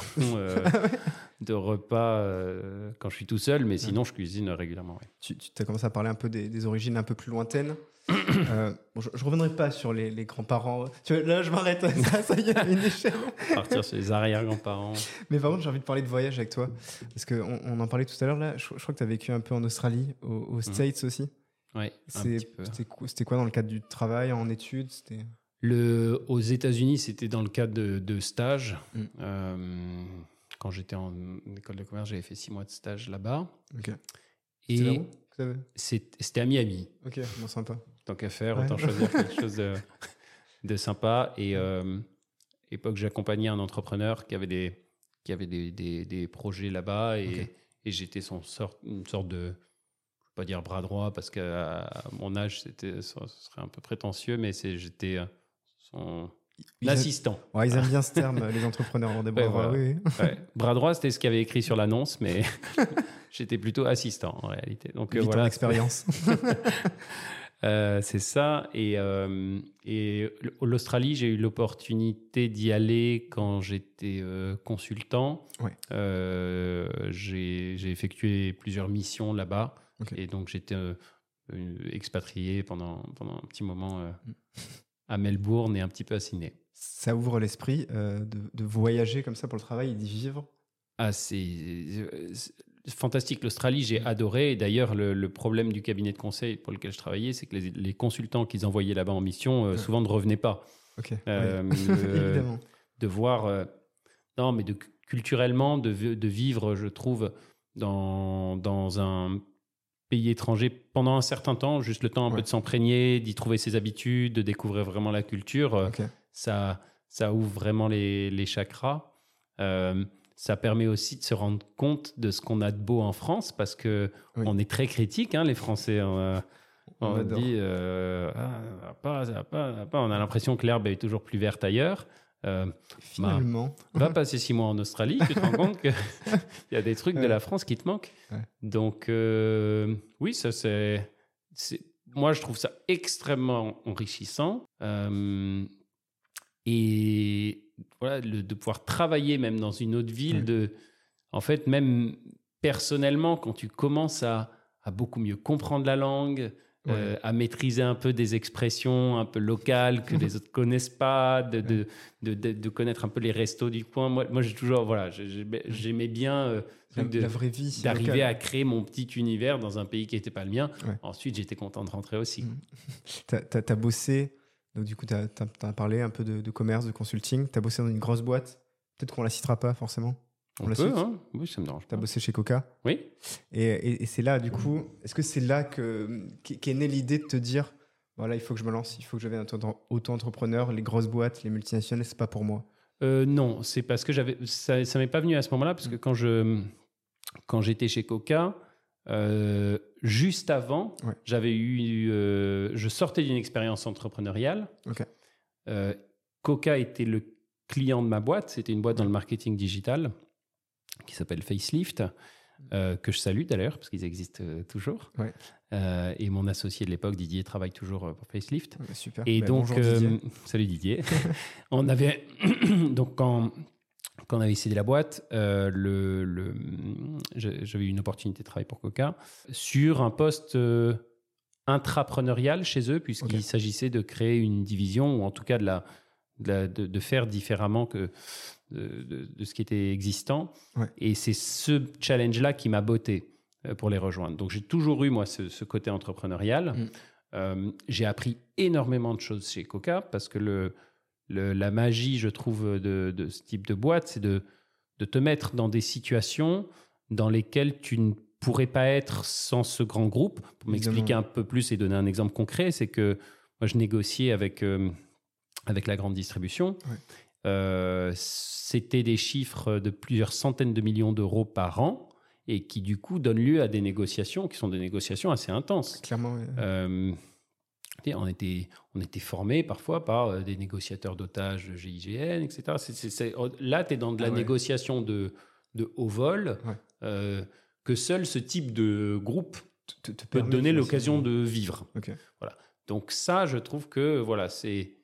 de repas quand je suis tout seul. Mais sinon, je cuisine régulièrement. Ouais. Tu as commencé à parler un peu des origines un peu plus lointaines. Bon, je reviendrai pas sur les grands-parents. Là, je m'arrête. Ça y est, il y a une échelle. Partir sur les arrière-grands-parents. Mais par contre, j'ai envie de parler de voyage avec toi. Parce qu'on en parlait tout à l'heure. Là, je crois que tu as vécu un peu en Australie, aux States aussi. Oui, un petit peu. C'était quoi dans le cadre du travail, en études? Aux États-Unis, c'était dans le cadre de stage. Quand j'étais en école de commerce, j'avais fait 6 mois de stage là-bas. Okay. Et c'était à Miami. Ok, bon, sympa. Tant qu'à faire, autant choisir quelque chose de sympa. Et à l'époque, j'accompagnais un entrepreneur qui avait des projets là-bas. Et j'étais une sorte de, je ne vais pas dire bras droit, parce qu'à mon âge, ce serait un peu prétentieux, mais j'étais son assistant. Ouais, ils aiment bien ce terme, les entrepreneurs ont des bras droits. Voilà. Oui. Bras droit, c'était ce qu'il y avait écrit sur l'annonce, mais j'étais plutôt assistant en réalité. Donc voilà l'expérience. C'est ça. Et l'Australie, j'ai eu l'opportunité d'y aller quand j'étais consultant. Ouais. J'ai effectué plusieurs missions là-bas. Et donc, j'étais expatrié pendant un petit moment à Melbourne et un petit peu à Sydney. Ça ouvre l'esprit de voyager comme ça pour le travail et d'y vivre? C'est fantastique. L'Australie, j'ai adoré. Et d'ailleurs, le problème du cabinet de conseil pour lequel je travaillais, c'est que les consultants qu'ils envoyaient là-bas en mission, souvent ne revenaient pas. Évidemment. De voir... non, mais culturellement, de vivre, je trouve, dans un pays étranger pendant un certain temps, juste le temps un peu de s'imprégner, d'y trouver ses habitudes, de découvrir vraiment la culture, ça ouvre vraiment les chakras. Ça permet aussi de se rendre compte de ce qu'on a de beau en France, parce qu'on est très critiques, les Français. On dit, ça va pas. On a l'impression que l'herbe est toujours plus verte ailleurs. Finalement. Va passer 6 mois en Australie, tu te rends compte qu'il y a des trucs de la France qui te manquent. Donc, oui, ça moi, je trouve ça extrêmement enrichissant. Et voilà, de pouvoir travailler même dans une autre ville, en fait, même personnellement, quand tu commences à beaucoup mieux comprendre la langue, à maîtriser un peu des expressions un peu locales que les autres connaissent pas, de connaître un peu les restos du coin. Moi j'ai toujours, voilà, j'aimais bien la vraie vie, d'arriver à créer mon petit univers dans un pays qui n'était pas le mien. Ensuite, j'étais content de rentrer aussi. T'as bossé, donc du coup, t'as parlé un peu de commerce, de consulting. T'as bossé dans une grosse boîte. Peut-être qu'on la citera pas forcément. On peut, hein. Oui, ça me dérange pas. T'as bossé chez Coca. Oui. Et c'est là, du coup, est-ce que c'est là qu'est née l'idée de te dire, voilà, il faut que je me lance, il faut que je devienne auto-entrepreneur, les grosses boîtes, les multinationales, c'est pas pour moi? Non, c'est parce que ça m'est pas venu à ce moment-là, parce que quand j'étais chez Coca, juste avant, je sortais d'une expérience entrepreneuriale. Coca était le client de ma boîte. C'était une boîte dans le marketing digital qui s'appelle Facelift, que je salue d'ailleurs, parce qu'ils existent toujours. Ouais. Et mon associé de l'époque, Didier, travaille toujours pour Facelift. Ouais, super. Et donc, bonjour, Didier. salut Didier. On avait donc quand on avait cédé la boîte, j'avais eu une opportunité de travail pour Coca sur un poste intrapreneurial chez eux, puisqu'il s'agissait de créer une division, ou en tout cas de faire différemment que de ce qui était existant. Ouais. Et c'est ce challenge-là qui m'a botté pour les rejoindre. Donc, j'ai toujours eu, moi, ce côté entrepreneurial. J'ai appris énormément de choses chez Coca, parce que la magie, je trouve, de ce type de boîte, c'est de te mettre dans des situations dans lesquelles tu ne pourrais pas être sans ce grand groupe. Pour m'expliquer un peu plus et donner un exemple concret, c'est que moi, je négociais avec la grande distribution. Ouais. C'était des chiffres de plusieurs centaines de millions d'euros par an, et qui, du coup, donnent lieu à des négociations qui sont des négociations assez intenses. Clairement, oui. On était formés parfois par des négociateurs d'otages de GIGN, etc. Là, tu es dans de la négociation de haut vol, que seul ce type de groupe peut te donner l'occasion de vivre. Okay. Voilà. Donc ça, je trouve que c'est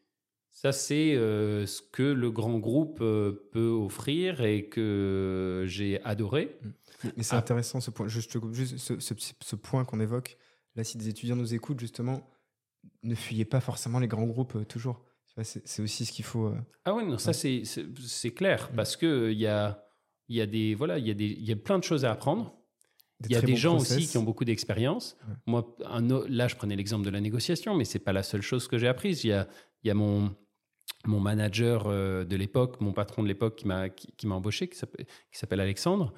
ce que le grand groupe peut offrir et que j'ai adoré. Mais c'est intéressant ce point. Juste ce point qu'on évoque. Là, si des étudiants nous écoutent, justement, ne fuyez pas forcément les grands groupes toujours. C'est aussi ce qu'il faut. Ah oui, non, ça c'est clair, parce que il y a plein de choses à apprendre. Il y a des gens aussi qui ont beaucoup d'expérience. Ouais. Moi, là, je prenais l'exemple de la négociation, mais c'est pas la seule chose que j'ai apprise. Il y a mon manager de l'époque, mon patron de l'époque qui m'a embauché, qui s'appelle Alexandre.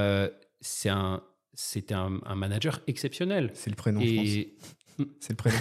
C'était un manager exceptionnel. C'est le prénom, je pense. C'est le prénom.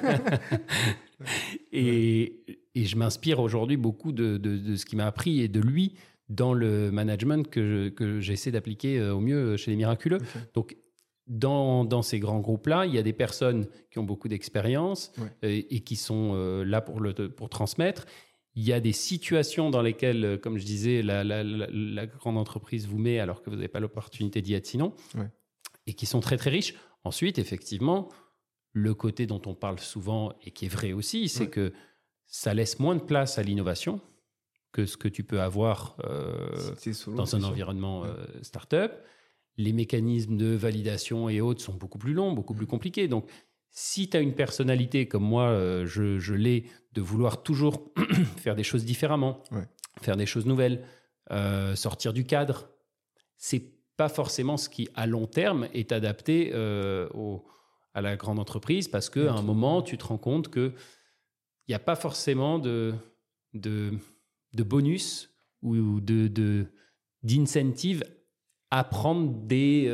et je m'inspire aujourd'hui beaucoup de ce qu'il m'a appris et de lui dans le management que j'essaie d'appliquer au mieux chez les Miraculeux. Okay. Donc, dans ces grands groupes-là, il y a des personnes qui ont beaucoup d'expérience et qui sont là pour transmettre. Il y a des situations dans lesquelles, comme je disais, la grande entreprise vous met alors que vous n'avez pas l'opportunité d'y être sinon, et qui sont très, très riches. Ensuite, effectivement, le côté dont on parle souvent et qui est vrai aussi, c'est que ça laisse moins de place à l'innovation que ce que tu peux avoir dans un environnement start-up. Les mécanismes de validation et autres sont beaucoup plus longs, beaucoup plus compliqués. Donc, si tu as une personnalité comme moi, je l'ai, de vouloir toujours faire des choses différemment, faire des choses nouvelles, sortir du cadre, c'est pas forcément ce qui, à long terme, est adapté à la grande entreprise, parce qu'à un moment, tu te rends compte qu'il n'y a pas forcément de bonus ou d'incentive à prendre des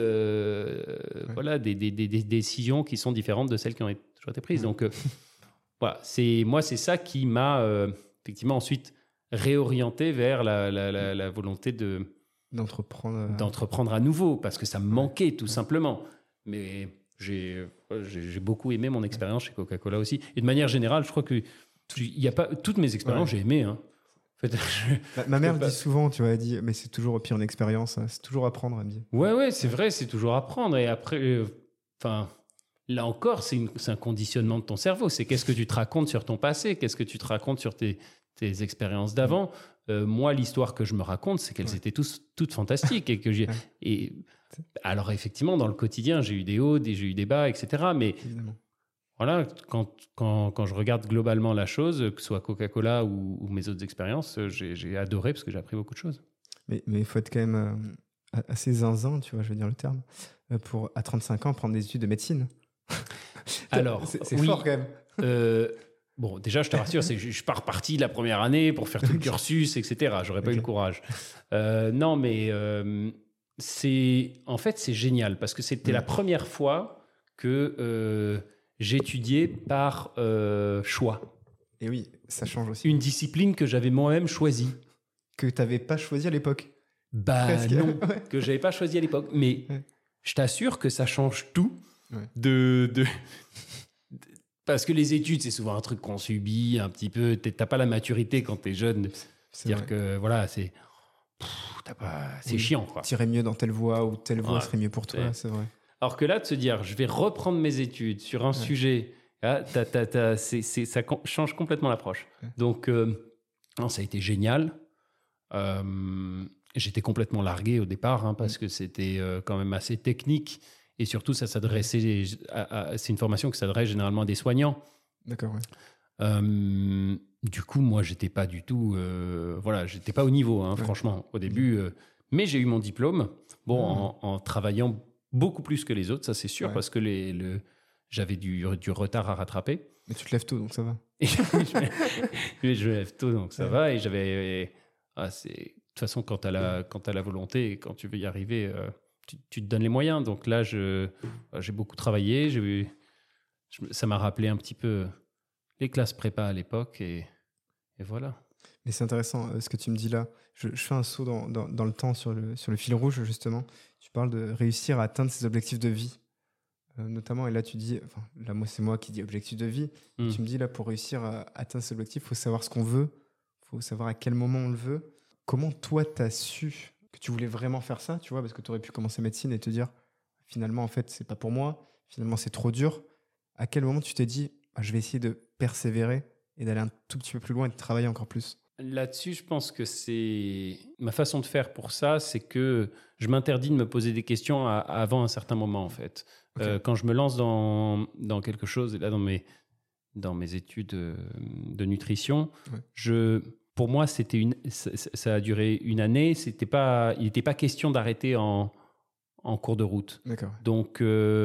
décisions qui sont différentes de celles qui ont toujours été prises. Donc, c'est ça qui m'a effectivement ensuite réorienté vers la volonté d'entreprendre à nouveau, parce que ça me manquait tout simplement. Mais j'ai beaucoup aimé mon expérience chez Coca-Cola aussi. Et de manière générale, je crois que toutes mes expériences, j'ai aimé. Hein. En fait, ma mère dit souvent, tu vois, elle dit, mais c'est toujours pire en expérience, hein, c'est toujours apprendre, elle me dit. Ouais, c'est vrai, c'est toujours apprendre. Et après, là encore, c'est un conditionnement de ton cerveau. C'est qu'est-ce que tu te racontes sur ton passé, qu'est-ce que tu te racontes sur tes expériences d'avant. Moi, l'histoire que je me raconte, c'est qu'elles étaient toutes fantastiques. Et alors, effectivement, dans le quotidien, j'ai eu des hauts, j'ai eu des bas, etc. Mais évidemment. Voilà, quand je regarde globalement la chose, que ce soit Coca-Cola ou mes autres expériences, j'ai adoré parce que j'ai appris beaucoup de choses. Mais il faut être quand même assez zinzin, tu vois, je veux dire le terme, pour à 35 ans prendre des études de médecine. Alors, c'est fort quand même. Bon, déjà, je te rassure, je suis pas reparti la première année pour faire tout le cursus, etc. J'aurais pas eu le courage. Non, mais en fait, c'est génial parce que c'était la première fois que j'étudiais par choix. Et oui, ça change aussi. Une discipline que j'avais moi-même choisie. Que tu n'avais pas choisie à l'époque. Presque. Non, que je n'avais pas choisi à l'époque. Mais je t'assure que ça change tout Parce que les études, c'est souvent un truc qu'on subit un petit peu. T'as pas la maturité quand t'es jeune. C'est-à-dire que voilà, c'est chiant, quoi. T'irais mieux dans telle voie ou telle voie serait mieux pour toi, c'est vrai. Alors que là, de se dire, je vais reprendre mes études sur un sujet, là, ça change complètement l'approche. Ouais. Donc, non, ça a été génial. J'étais complètement largué au départ parce que c'était quand même assez technique. Et surtout, ça s'adressait c'est une formation qui s'adresse généralement à des soignants. D'accord, ouais. Du coup, moi, j'étais pas du tout... j'étais pas au niveau, franchement, au début. Mais j'ai eu mon diplôme, en travaillant beaucoup plus que les autres, ça c'est sûr, parce que j'avais du retard à rattraper. Mais tu te lèves tôt, donc ça va. Je me lève tôt, donc ça va. Et j'avais... de toute façon, quand tu as la volonté et quand tu veux y arriver... Tu te donnes les moyens. Donc là, j'ai beaucoup travaillé. Ça m'a rappelé un petit peu les classes prépa à l'époque. Et voilà. Mais c'est intéressant ce que tu me dis là. Je fais un saut dans le temps sur le fil rouge, justement. Tu parles de réussir à atteindre ses objectifs de vie. Notamment, et là, tu dis... Enfin, là, c'est moi qui dis objectif de vie. Tu me dis, là, pour réussir à atteindre ses objectifs, il faut savoir ce qu'on veut. Il faut savoir à quel moment on le veut. Comment, toi, tu as su... que tu voulais vraiment faire ça, tu vois, parce que tu aurais pu commencer médecine et te dire finalement, en fait, c'est pas pour moi, finalement, c'est trop dur. À quel moment tu t'es dit, je vais essayer de persévérer et d'aller un tout petit peu plus loin et de travailler encore plus? Là-dessus, je pense que c'est ma façon de faire pour ça, c'est que je m'interdis de me poser des questions avant un certain moment, en fait. Okay. Quand je me lance dans quelque chose, et là, dans mes études de nutrition, pour moi, ça a duré une année. Il n'était pas question d'arrêter en cours de route. D'accord. Donc,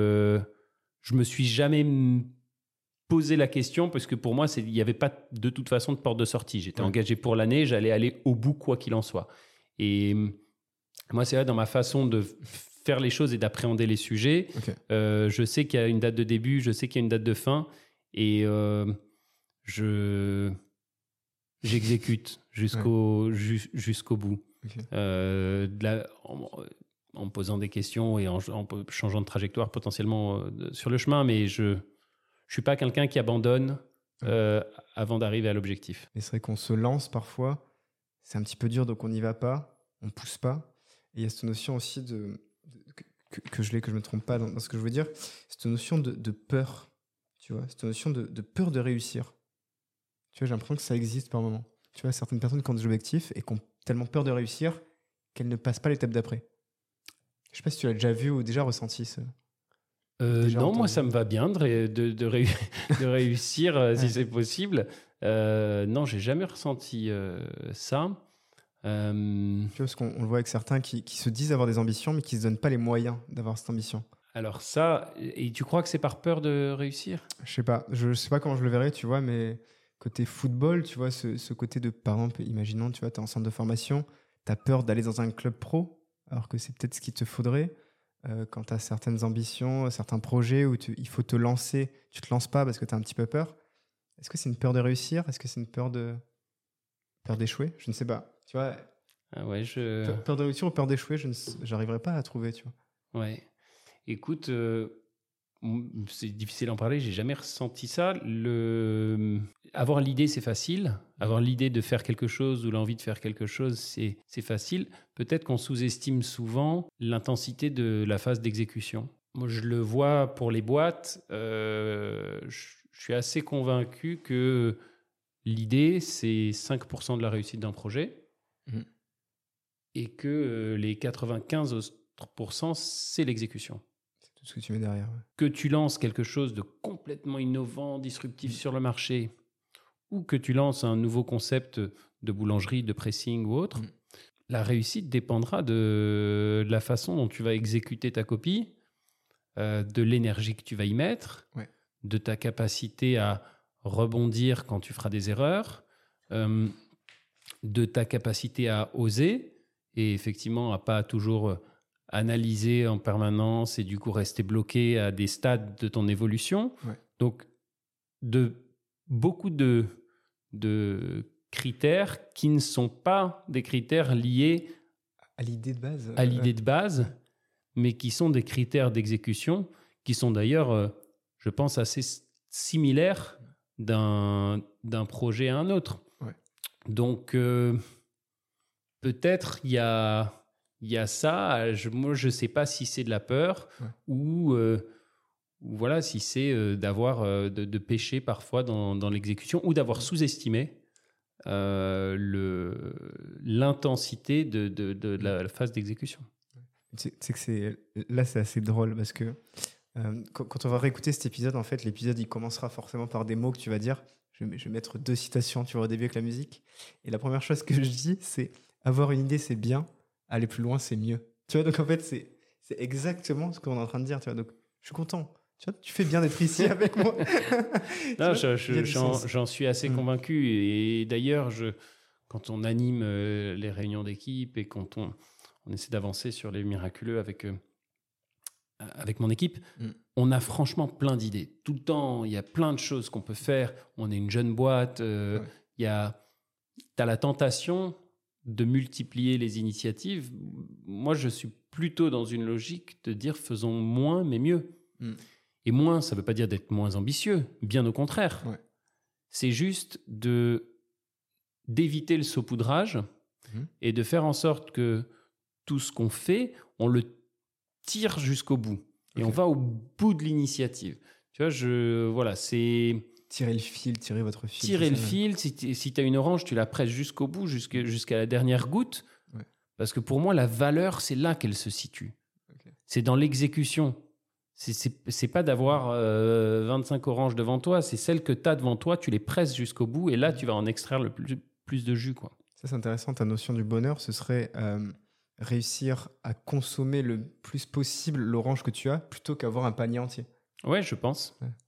je me suis jamais posé la question parce que pour moi, il n'y avait pas de toute façon de porte de sortie. J'étais engagé pour l'année, j'allais aller au bout quoi qu'il en soit. Et moi, c'est vrai, dans ma façon de faire les choses et d'appréhender les sujets, je sais qu'il y a une date de début, je sais qu'il y a une date de fin et j'exécute jusqu'au bout. En me posant des questions et en changeant de trajectoire potentiellement sur le chemin, mais je ne suis pas quelqu'un qui abandonne avant d'arriver à l'objectif. Et c'est vrai qu'on se lance parfois, c'est un petit peu dur, donc on n'y va pas, on ne pousse pas. Et il y a cette notion aussi que je ne me trompe pas dans ce que je veux dire, cette notion de peur, tu vois, cette notion de peur de réussir. Tu vois, j'ai l'impression que ça existe par moment. Tu vois, certaines personnes qui ont des objectifs et qui ont tellement peur de réussir qu'elles ne passent pas l'étape d'après. Je ne sais pas si tu l'as déjà vu ou déjà ressenti ça. Non, moi, ça me va bien de réussir si c'est possible. Non, je n'ai jamais ressenti ça. Tu vois, parce qu'on le voit avec certains qui se disent avoir des ambitions, mais qui ne se donnent pas les moyens d'avoir cette ambition. Alors ça, et tu crois que c'est par peur de réussir ? Je sais pas comment je le verrais, tu vois, mais côté football, tu vois, ce côté de, par exemple, imaginons, tu vois, tu es en centre de formation, tu as peur d'aller dans un club pro, alors que c'est peut-être ce qu'il te faudrait. Quand tu as certaines ambitions, certains projets où il faut te lancer, tu te lances pas parce que tu as un petit peu peur. Est-ce que c'est une peur de réussir ? Est-ce que c'est une peur d'échouer ? Je ne sais pas. Tu vois, peur de réussir ou peur d'échouer, j'arriverai pas à trouver, tu vois. Ouais. Écoute, c'est difficile d'en parler, j'ai jamais ressenti ça. Avoir l'idée, c'est facile. Avoir l'idée de faire quelque chose ou l'envie de faire quelque chose, c'est facile. Peut-être qu'on sous-estime souvent l'intensité de la phase d'exécution. Moi, je le vois pour les boîtes. Je suis assez convaincu que l'idée, c'est 5% de la réussite d'un projet et que les 95%, c'est l'exécution. Tout ce que tu mets derrière. Ouais. Que tu lances quelque chose de complètement innovant, disruptif sur le marché, ou que tu lances un nouveau concept de boulangerie, de pressing ou autre, la réussite dépendra de la façon dont tu vas exécuter ta copie, de l'énergie que tu vas y mettre, de ta capacité à rebondir quand tu feras des erreurs, de ta capacité à oser, et effectivement à pas toujours analyser en permanence et du coup rester bloqué à des stades de ton évolution. Donc, beaucoup de critères qui ne sont pas des critères liés à l'idée de base, mais qui sont des critères d'exécution, qui sont d'ailleurs, je pense, assez similaire d'un projet à un autre. Ouais. Donc, peut-être il y a ça. Moi, je ne sais pas si c'est de la peur ou voilà, si c'est de pêcher parfois dans l'exécution ou d'avoir sous-estimé l'intensité de la phase d'exécution. C'est que là, c'est assez drôle parce que quand on va réécouter cet épisode, en fait, l'épisode, il commencera forcément par des mots que tu vas dire. Je vais mettre 2 citations, tu vois, au début avec la musique. Et la première chose que je dis, c'est avoir une idée, c'est bien. Aller plus loin, c'est mieux. Tu vois, donc en fait, c'est exactement ce qu'on est en train de dire. Tu vois, donc je suis content. Tu vois, tu fais bien d'être ici avec moi. Non, j'en suis assez convaincu. Et d'ailleurs, quand on anime les réunions d'équipe et quand on essaie d'avancer sur les miraculeux avec mon équipe, on a franchement plein d'idées. Tout le temps, il y a plein de choses qu'on peut faire. On est une jeune boîte. T'as la tentation de multiplier les initiatives. Moi, je suis plutôt dans une logique de dire faisons moins, mais mieux. Et moins, ça ne veut pas dire d'être moins ambitieux. Bien au contraire. Ouais. C'est juste d'éviter le saupoudrage et de faire en sorte que tout ce qu'on fait, on le tire jusqu'au bout. Et on va au bout de l'initiative. Tu vois, c'est... Tirer le fil, tirer votre fil. Tirer le fil. Si tu as une orange, tu la presses jusqu'au bout, jusqu'à la dernière goutte. Ouais. Parce que pour moi, la valeur, c'est là qu'elle se situe. Okay. C'est dans l'exécution. C'est pas d'avoir 25 oranges devant toi. C'est celles que tu as devant toi, tu les presses jusqu'au bout. Et là, tu vas en extraire le plus de jus, quoi. Ça, c'est intéressant. Ta notion du bonheur, ce serait réussir à consommer le plus possible l'orange que tu as plutôt qu'avoir un panier entier. Ouais, je pense. Ouais.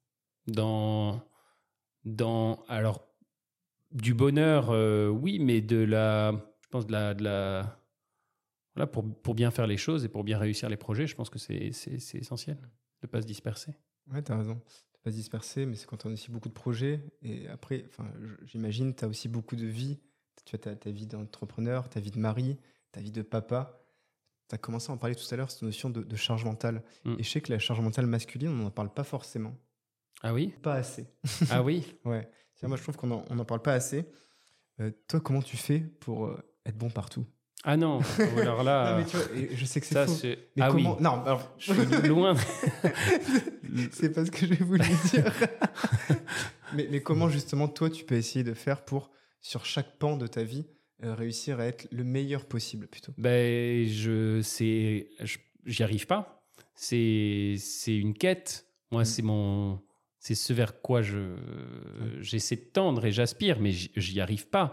Alors, du bonheur, oui, mais je pense voilà, pour bien faire les choses et pour bien réussir les projets, je pense que c'est essentiel de ne pas se disperser. Ouais, tu as raison. De ne pas se disperser, mais c'est quand on a aussi beaucoup de projets. Et après, j'imagine, tu as aussi beaucoup de vie. Tu as ta vie d'entrepreneur, ta vie de mari, ta vie de papa. Tu as commencé à en parler tout à l'heure, cette notion de charge mentale. Et je sais que la charge mentale masculine, on n'en parle pas forcément. Ah oui ? Pas assez. Ah oui ? Ouais. Moi, je trouve qu'on n'en parle pas assez. Toi, comment tu fais pour être bon partout ? Ah non, alors là... non, mais tu vois, je sais que c'est faux. Mais comment... Oui. Non, alors... Je suis loin. C'est pas ce que j'ai voulu dire. mais comment, justement, toi, tu peux essayer de faire pour, sur chaque pan de ta vie, réussir à être le meilleur possible, plutôt ? J'y arrive pas. C'est une quête. Moi, c'est ce vers quoi j'essaie de tendre et j'aspire, mais j'y arrive pas.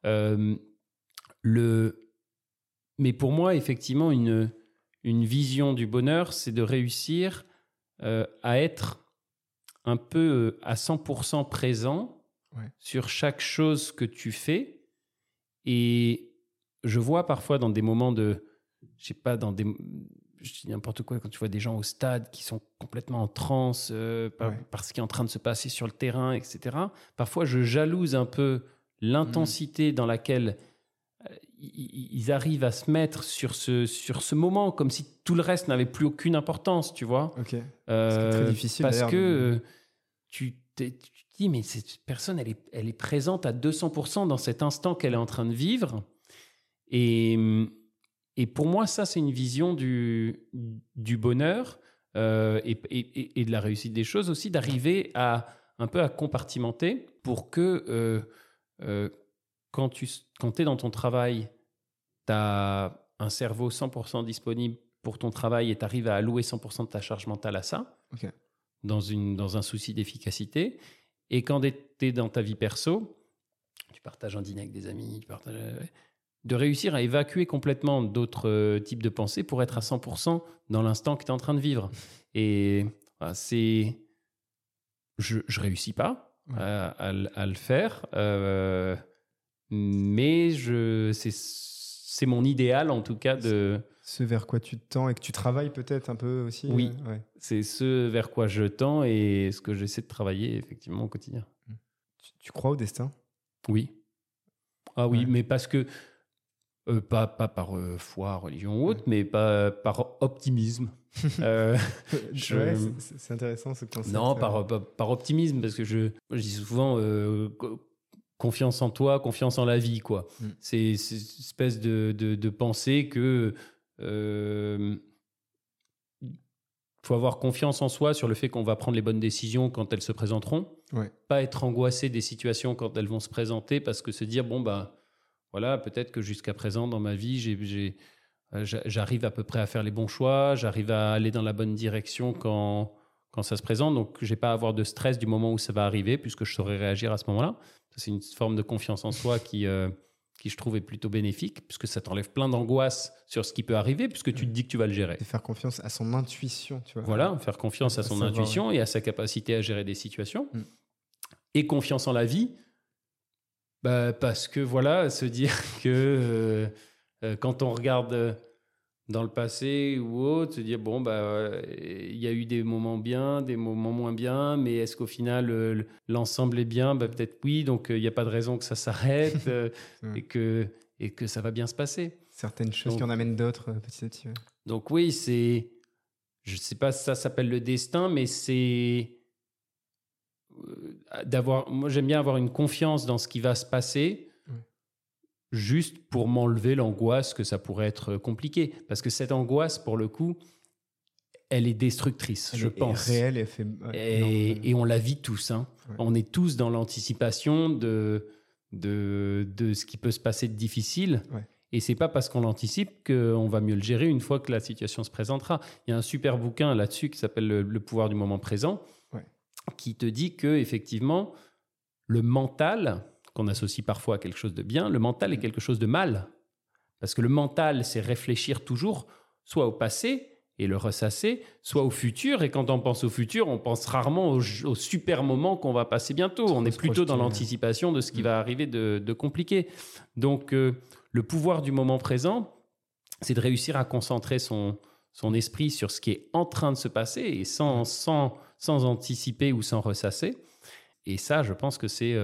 Mais pour moi, effectivement, une vision du bonheur, c'est de réussir à être un peu à 100% présent sur chaque chose que tu fais. Et je vois parfois dans des moments je dis n'importe quoi, quand tu vois des gens au stade qui sont complètement en transe par ce qui est en train de se passer sur le terrain, etc. Parfois, je jalouse un peu l'intensité dans laquelle ils arrivent à se mettre sur ce moment, comme si tout le reste n'avait plus aucune importance, tu vois. Okay. C'est très difficile. Parce que tu te dis, mais cette personne, elle est présente à 200% dans cet instant qu'elle est en train de vivre. Et pour moi, ça, c'est une vision du bonheur et de la réussite des choses aussi, d'arriver un peu à compartimenter pour que quand tu es dans ton travail, tu as un cerveau 100% disponible pour ton travail et tu arrives à allouer 100% de ta charge mentale à ça, dans un souci d'efficacité. Et quand tu es dans ta vie perso, tu partages un dîner avec des amis, de réussir à évacuer complètement d'autres types de pensées pour être à 100% dans l'instant que tu es en train de vivre. Et je réussis pas à le faire, mais c'est mon idéal en tout cas de... Ce vers quoi tu tends et que tu travailles peut-être un peu aussi. Oui, c'est ce vers quoi je tends et ce que j'essaie de travailler effectivement au quotidien. Tu crois au destin ? Oui. Ah oui, mais parce que Pas par foi, religion ou autre, mais pas par optimisme. Ouais, c'est intéressant ce concept. Non, par optimisme, parce que je dis souvent confiance en toi, confiance en la vie, quoi. C'est cette espèce de pensée que faut avoir confiance en soi sur le fait qu'on va prendre les bonnes décisions quand elles se présenteront. Ouais. Pas être angoissé des situations quand elles vont se présenter, parce que se dire, bon, bah, voilà, peut-être que jusqu'à présent, dans ma vie, j'arrive à peu près à faire les bons choix, j'arrive à aller dans la bonne direction quand ça se présente, donc je n'ai pas à avoir de stress du moment où ça va arriver, puisque je saurai réagir à ce moment-là. Ça, c'est une forme de confiance en soi qui, je trouve, est plutôt bénéfique, puisque ça t'enlève plein d'angoisse sur ce qui peut arriver, puisque tu te dis que tu vas le gérer. De faire confiance à son intuition, tu vois. Voilà, faire confiance à son intuition et à sa capacité à gérer des situations. Et confiance en la vie, parce que, voilà, se dire que quand on regarde dans le passé ou autre, se dire, bon, il y a eu des moments bien, des moments moins bien, mais est-ce qu'au final, l'ensemble est bien? Peut-être oui, donc il n'y a pas de raison que ça s'arrête et que ça va bien se passer. Certaines choses qui en amènent d'autres petit à petit. Ouais. Donc oui, je ne sais pas si ça s'appelle le destin, mais c'est moi j'aime bien avoir une confiance dans ce qui va se passer, juste pour m'enlever l'angoisse que ça pourrait être compliqué. Parce que cette angoisse, pour le coup, elle est destructrice, je pense. Elle est réelle et fait... et on la vit tous. Hein. Ouais. On est tous dans l'anticipation de ce qui peut se passer de difficile. Ouais. Et c'est pas parce qu'on l'anticipe qu'on va mieux le gérer une fois que la situation se présentera. Il y a un super bouquin là-dessus qui s'appelle Le pouvoir du moment présent, qui te dit que effectivement, le mental, qu'on associe parfois à quelque chose de bien, le mental est quelque chose de mal. Parce que le mental, c'est réfléchir toujours soit au passé et le ressasser, soit au futur. Et quand on pense au futur, on pense rarement au super moment qu'on va passer bientôt. On est plutôt dans l'anticipation de ce qui va arriver de compliqué. Donc, le pouvoir du moment présent, c'est de réussir à concentrer son esprit sur ce qui est en train de se passer et sans anticiper ou sans ressasser. Et ça, je pense que c'est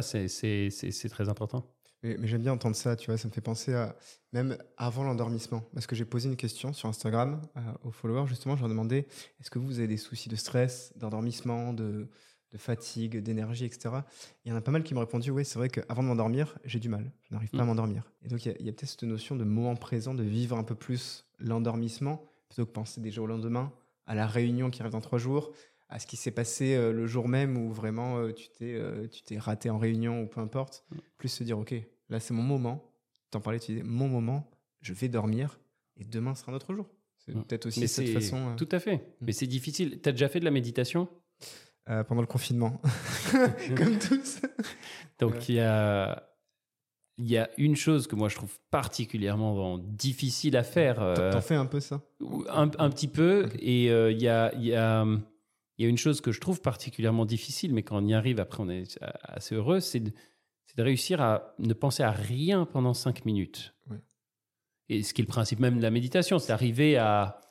très important. Mais j'aime bien entendre ça, tu vois, ça me fait penser à même avant l'endormissement. Parce que j'ai posé une question sur Instagram aux followers, justement, je leur demandais, est-ce que vous avez des soucis de stress, d'endormissement, de fatigue, d'énergie, etc. Il y en a pas mal qui m'ont répondu, oui, c'est vrai qu'avant de m'endormir, j'ai du mal, je n'arrive pas à m'endormir. Et donc, il y a peut-être cette notion de moment présent, de vivre un peu plus l'endormissement, plutôt que penser déjà au lendemain, à la réunion qui arrive dans 3 jours, à ce qui s'est passé le jour même où vraiment tu t'es raté en réunion ou peu importe, plus se dire, ok, là c'est mon moment, t'en parlais, tu disais, mon moment, je vais dormir et demain sera un autre jour. C'est peut-être aussi cette façon... Tout à fait, mais c'est difficile. T'as déjà fait de la méditation ? Pendant le confinement, comme tous. Donc il y a une chose que moi je trouve particulièrement difficile à faire. T'en fais un peu ça ? Un petit peu, et il y a une chose que je trouve particulièrement difficile, mais quand on y arrive, après on est assez heureux, c'est de réussir à ne penser à rien pendant 5 minutes. Ouais. Et ce qui est le principe même de la méditation, c'est d'arriver à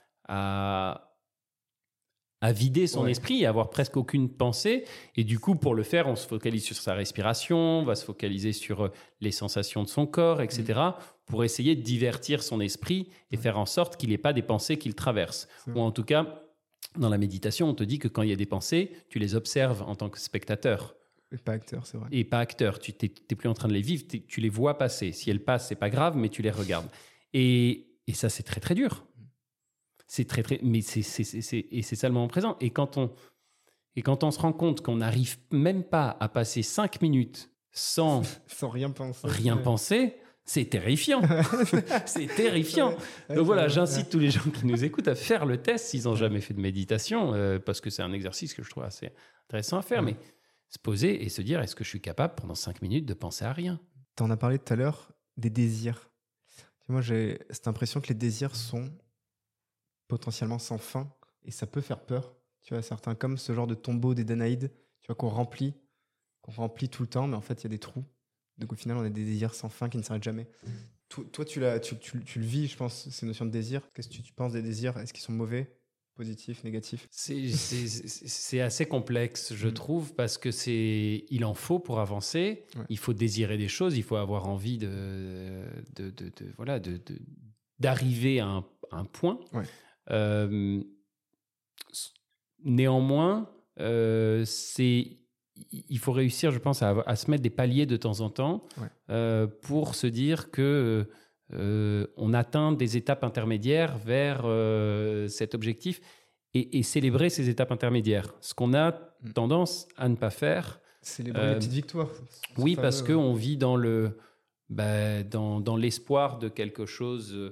vider son esprit, à avoir presque aucune pensée. Et du coup, pour le faire, on se focalise sur sa respiration, on va se focaliser sur les sensations de son corps, etc., pour essayer de divertir son esprit et faire en sorte qu'il n'ait pas des pensées qui le traversent. Ou en tout cas, dans la méditation, on te dit que quand il y a des pensées, tu les observes en tant que spectateur. Et pas acteur, c'est vrai. Et pas acteur. Tu n'es plus en train de les vivre, tu les vois passer. Si elles passent, c'est pas grave, mais tu les regardes. Et ça, c'est très, très dur. C'est très, très... Mais c'est ça le moment présent. Et quand on se rend compte qu'on n'arrive même pas à passer 5 minutes sans rien penser. Penser, c'est terrifiant. C'est terrifiant. Donc voilà, j'incite tous les gens qui nous écoutent à faire le test s'ils n'ont jamais fait de méditation, parce que c'est un exercice que je trouve assez intéressant à faire. Mais se poser et se dire, est-ce que je suis capable pendant 5 minutes de penser à rien ? Tu en as parlé tout à l'heure des désirs. Moi, j'ai cette impression que les désirs sont potentiellement sans fin et ça peut faire peur. Tu vois, certains comme ce genre de tombeau des Danaïdes, tu vois, qu'on remplit tout le temps, mais en fait, il y a des trous. Donc au final, on a des désirs sans fin qui ne s'arrêtent jamais. Toi, tu le vis, je pense, ces notions de désir. Qu'est-ce que tu penses des désirs ? Est-ce qu'ils sont mauvais Positif, négatif. C'est assez complexe, je trouve, parce que il en faut pour avancer. Ouais. Il faut désirer des choses, il faut avoir envie d'arriver à un point. Ouais. Néanmoins, il faut réussir, je pense, à se mettre des paliers de temps en temps pour se dire que on atteint des étapes intermédiaires vers cet objectif et célébrer ces étapes intermédiaires. Ce qu'on a tendance à ne pas faire. Célébrer les petites victoires. Oui, parce qu'on vit dans l'espoir de quelque chose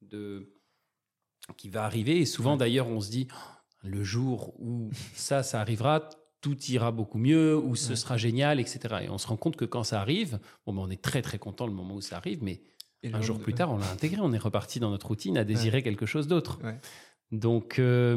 qui va arriver. Et souvent, d'ailleurs, on se dit, le jour où ça arrivera, tout ira beaucoup mieux, ou ce sera génial, etc. Et on se rend compte que quand ça arrive, on est très, très content le moment où ça arrive, mais un jour plus tard, on l'a intégré, on est reparti dans notre routine à désirer quelque chose d'autre. Ouais. Donc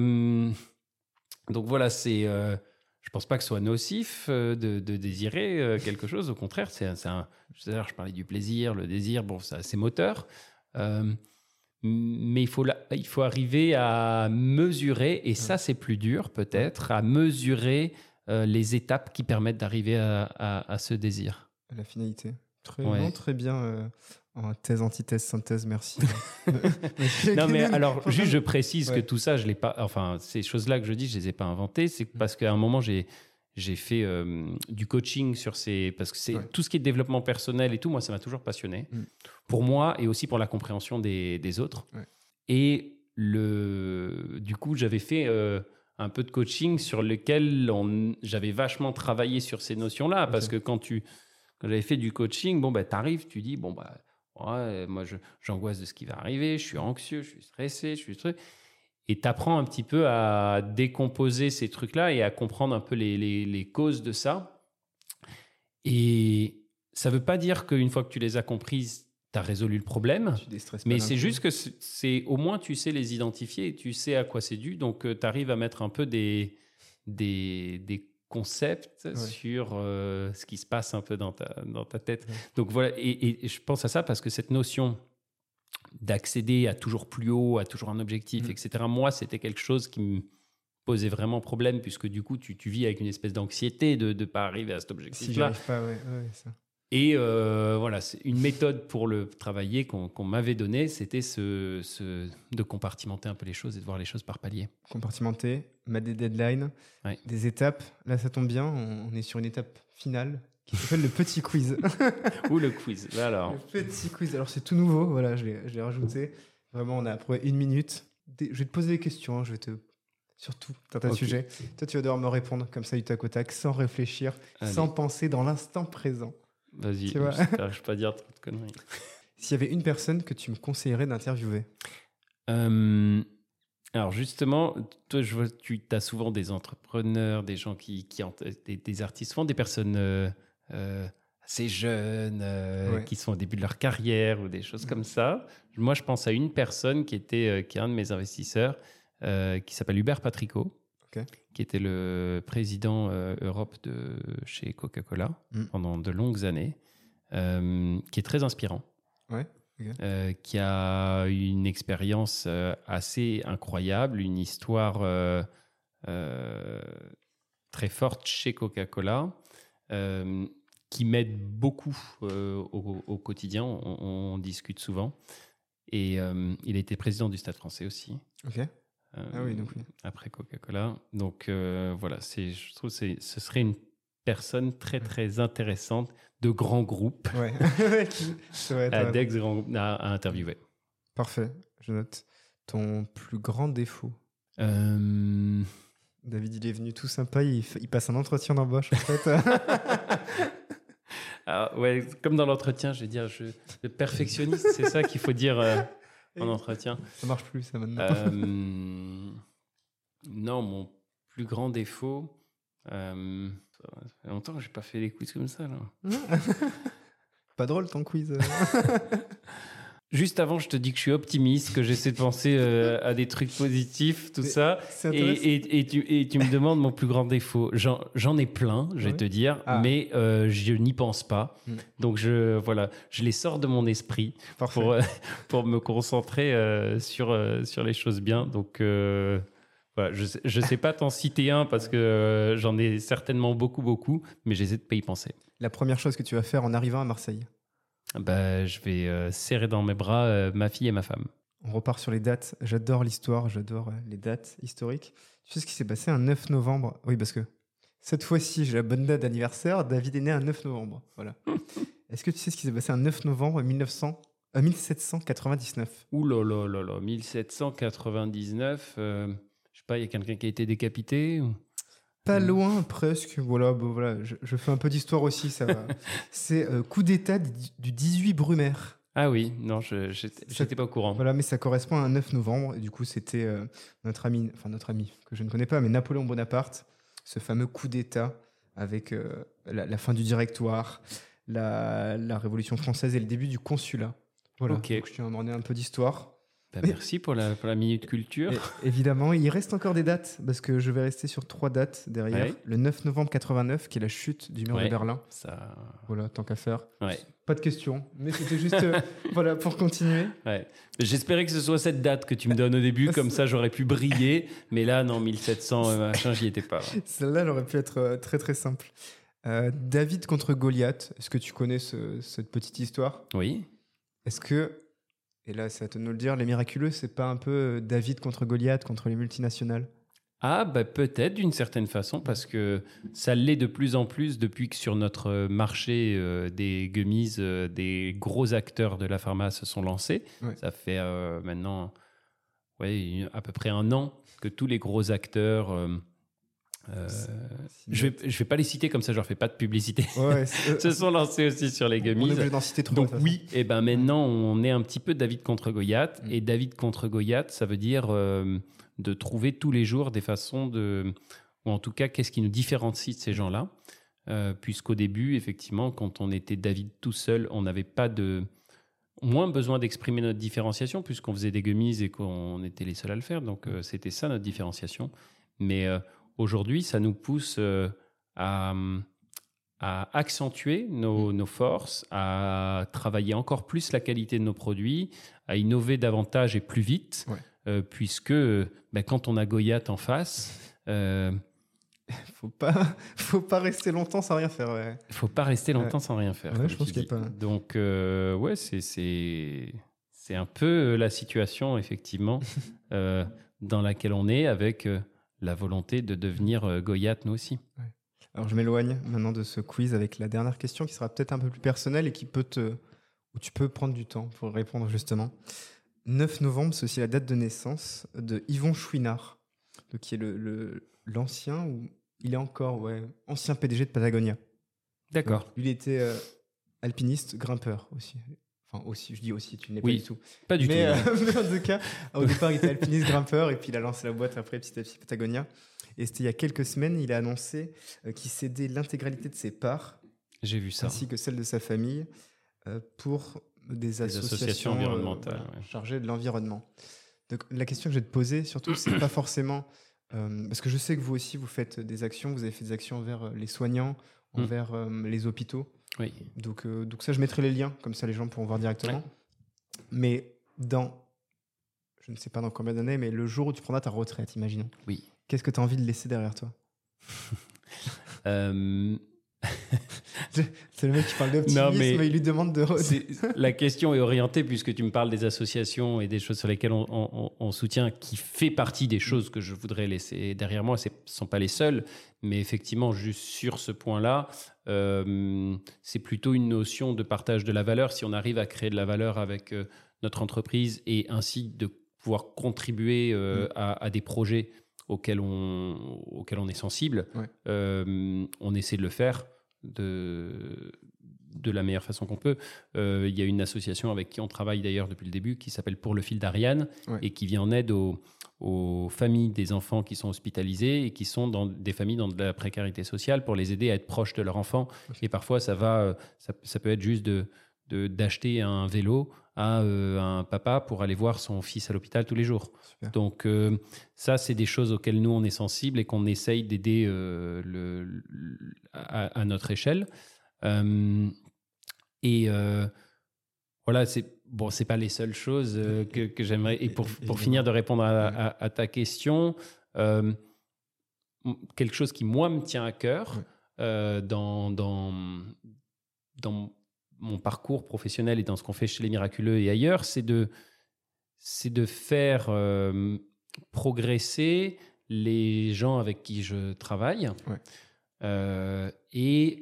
voilà, je pense pas que ce soit nocif de désirer quelque chose. Au contraire, je parlais du plaisir, le désir, c'est assez moteur. Mais il faut arriver à mesurer, et ça, c'est plus dur peut-être, à mesurer les étapes qui permettent d'arriver à ce désir. La finalité. Très bien. En thèse, antithèse, synthèse, merci. Non, mais alors, juste, je précise que tout ça, je l'ai pas. Enfin, ces choses-là que je dis, je les ai pas inventées. C'est parce qu'à un moment, j'ai fait du coaching sur parce que c'est tout ce qui est développement personnel et tout. Moi, ça m'a toujours passionné. Pour moi et aussi pour la compréhension des autres. Ouais. Et du coup, j'avais fait un peu de coaching sur lequel j'avais vachement travaillé sur ces notions-là, parce que quand j'avais fait du coaching, t'arrives, tu dis moi, j'angoisse de ce qui va arriver, je suis anxieux, je suis stressé, et t'apprends un petit peu à décomposer ces trucs-là et à comprendre un peu les causes de ça. Et ça veut pas dire qu'une fois que tu les as comprises, tu as résolu le problème, mais c'est juste que au moins tu sais les identifier et tu sais à quoi c'est dû, donc tu arrives à mettre un peu des concepts sur ce qui se passe un peu dans ta tête. Ouais. Donc voilà, et je pense à ça parce que cette notion d'accéder à toujours plus haut, à toujours un objectif, etc., moi, c'était quelque chose qui me posait vraiment problème, puisque du coup, tu vis avec une espèce d'anxiété de ne pas arriver à cet objectif-là. Si j'y arrive pas, ça. Et voilà, c'est une méthode pour le travailler qu'on m'avait donnée, c'était de compartimenter un peu les choses et de voir les choses par palier. Compartimenter, mettre des deadlines, des étapes. Là, ça tombe bien, on est sur une étape finale qui s'appelle le petit quiz. Ou le quiz, là alors. Le petit quiz, alors c'est tout nouveau, voilà, je l'ai rajouté. Vraiment, on a approuvé 1 minute. Je vais te poser des questions, je vais te... Surtout dans ta sujet. Toi, tu vas devoir me répondre comme ça du tac au tac, sans réfléchir, sans penser dans l'instant présent. Vas-y, j'espère que je ne vais pas dire trop de conneries. S'il y avait une personne que tu me conseillerais d'interviewer Alors justement, toi, je vois, tu as souvent des entrepreneurs, des gens des artistes, souvent des personnes assez jeunes, qui sont au début de leur carrière ou des choses comme ça. Moi, je pense à une personne qui est un de mes investisseurs, qui s'appelle Hubert Patricot. Qui était le président Europe chez Coca-Cola pendant de longues années, qui est très inspirant, qui a une expérience assez incroyable, une histoire très forte chez Coca-Cola, qui m'aide beaucoup au quotidien, on discute souvent. Et il a été président du Stade français aussi. Après Coca-Cola. Donc voilà, je trouve que ce serait une personne très très intéressante de grands groupes, d'ex-grands groupes à interviewer. Parfait, je note. Ton plus grand défaut David, il est venu tout sympa, il passe un entretien d'embauche en fait. Alors, comme dans l'entretien, je vais dire le perfectionniste, c'est ça qu'il faut dire en entretien. Ça marche plus, ça, maintenant. Non, mon plus grand défaut... ça fait longtemps que je n'ai pas fait des quiz comme ça, là. Pas drôle, ton quiz. Juste avant, je te dis que je suis optimiste, que j'essaie de penser à des trucs positifs, tout ça. Et tu me demandes mon plus grand défaut. J'en ai plein, je vais te dire, mais je n'y pense pas. Donc, je les sors de mon esprit pour me concentrer sur les choses bien. Donc, Voilà, je sais pas t'en citer un parce que j'en ai certainement beaucoup, mais j'essaie de pas y penser. La première chose que tu vas faire en arrivant à Marseille? Je vais serrer dans mes bras ma fille et ma femme. On repart sur les dates. J'adore l'histoire, j'adore les dates historiques. Tu sais ce qui s'est passé un 9 novembre? Oui, parce que cette fois-ci, j'ai la bonne date d'anniversaire. David est né un 9 novembre. Voilà. Est-ce que tu sais ce qui s'est passé un 9 novembre 1799? Ouh là là là là, 1799. Je sais pas, il y a quelqu'un qui a été décapité ou... Pas loin, presque. Voilà, je fais un peu d'histoire aussi, ça va. C'est coup d'état du 18 Brumaire. Ah oui, non, j'étais pas au courant. Voilà, mais ça correspond à un 9 novembre. Et du coup, c'était notre ami, que je ne connais pas, mais Napoléon Bonaparte, ce fameux coup d'état avec la fin du Directoire, la Révolution française et le début du Consulat. Voilà, Ok. donc je tiens à emmener un peu d'histoire. Merci pour la minute culture. Et, évidemment, il reste encore des dates, parce que je vais rester sur 3 dates derrière. Ouais. Le 9 novembre 89, qui est la chute du mur de Berlin. Ça... Voilà, tant qu'à faire. Ouais. Pas de questions, mais c'était juste voilà, pour continuer. Ouais. J'espérais que ce soit cette date que tu me donnes au début, comme ça j'aurais pu briller. Mais là, non, 1700, machin, j'y étais pas. Celle-là, elle aurait pu être très très simple. David contre Goliath, est-ce que tu connais cette petite histoire? Oui. Est-ce que, et là c'est à toi de nous le dire, les miraculeux, c'est pas un peu David contre Goliath, contre les multinationales? Ah, peut-être d'une certaine façon, parce que ça l'est de plus en plus depuis que sur notre marché des gummies, des gros acteurs de la pharma se sont lancés. Ouais. Ça fait maintenant à peu près un an que tous les gros acteurs... je vais pas les citer comme ça, je leur fais pas de publicité. Ouais, se sont lancés aussi sur les on gummies. est obligé d'en citer trop. Donc oui, et maintenant on est un petit peu David contre Goliath. Mm. Et David contre Goliath, ça veut dire de trouver tous les jours des façons ou en tout cas qu'est-ce qui nous différencie de ces gens-là. Puisqu'au début, effectivement, quand on était David tout seul, on n'avait pas moins besoin d'exprimer notre différenciation puisqu'on faisait des gummies et qu'on était les seuls à le faire. Donc c'était ça notre différenciation. Mais aujourd'hui, ça nous pousse à accentuer nos forces, à travailler encore plus la qualité de nos produits, à innover davantage et plus vite, puisque quand on a Goliath en face... faut pas rester longtemps sans rien faire. Ouais. Faut pas rester longtemps sans rien faire. Ouais, je pense qu'il y a pas... Donc, c'est un peu la situation, effectivement, dans laquelle on est, avec la volonté de devenir Goliath, nous aussi. Ouais. Alors, je m'éloigne maintenant de ce quiz avec la dernière question qui sera peut-être un peu plus personnelle et où tu peux prendre du temps pour répondre, justement. 9 novembre, c'est aussi la date de naissance de Yvon Chouinard, qui est l'ancien, ou il est encore ancien PDG de Patagonia. D'accord. Lui, il était alpiniste, grimpeur aussi. Enfin, aussi, je dis aussi, tu ne l'es pas du tout. Pas du tout. Mais en tout cas, au départ, il était alpiniste, grimpeur, et puis il a lancé la boîte après, petit à petit, Patagonia. Et c'était il y a quelques semaines, il a annoncé qu'il cédait l'intégralité de ses parts. J'ai vu ça. Ainsi que celle de sa famille pour des associations environnementales chargées de l'environnement. Donc, la question que je vais te poser, surtout, c'est pas forcément... parce que je sais que vous aussi, vous faites des actions, vous avez fait des actions envers les soignants, envers les hôpitaux. Oui. Donc ça, je mettrai les liens, comme ça les gens pourront voir directement. Ouais. Mais je ne sais pas dans combien d'années, mais le jour où tu prendras ta retraite, imaginons. Oui. Qu'est-ce que tu as envie de laisser derrière toi? C'est le mec qui parle d'optimisme, mais il lui demande de... La question est orientée, puisque tu me parles des associations et des choses sur lesquelles on soutient, qui fait partie des choses que je voudrais laisser derrière moi. Ce ne sont pas les seules, mais effectivement, juste sur ce point-là, c'est plutôt une notion de partage de la valeur. Si on arrive à créer de la valeur avec notre entreprise et ainsi de pouvoir contribuer à des projets auxquels on est sensible, on essaie de le faire de la meilleure façon qu'on peut. Il y a une association avec qui on travaille d'ailleurs depuis le début qui s'appelle Pour le fil d'Ariane et qui vient en aide aux familles des enfants qui sont hospitalisés et qui sont dans des familles dans de la précarité sociale pour les aider à être proches de leur enfant. Et parfois, ça peut être juste d'acheter un vélo à un papa pour aller voir son fils à l'hôpital tous les jours. Super. Donc ça, c'est des choses auxquelles nous, on est sensibles et qu'on essaye d'aider à notre échelle. Voilà, c'est pas les seules choses que j'aimerais. Et pour finir de répondre à ta question, quelque chose qui, moi, me tient à cœur dans mon parcours professionnel et dans ce qu'on fait chez Les Miraculeux et ailleurs, c'est de faire progresser les gens avec qui je travaille et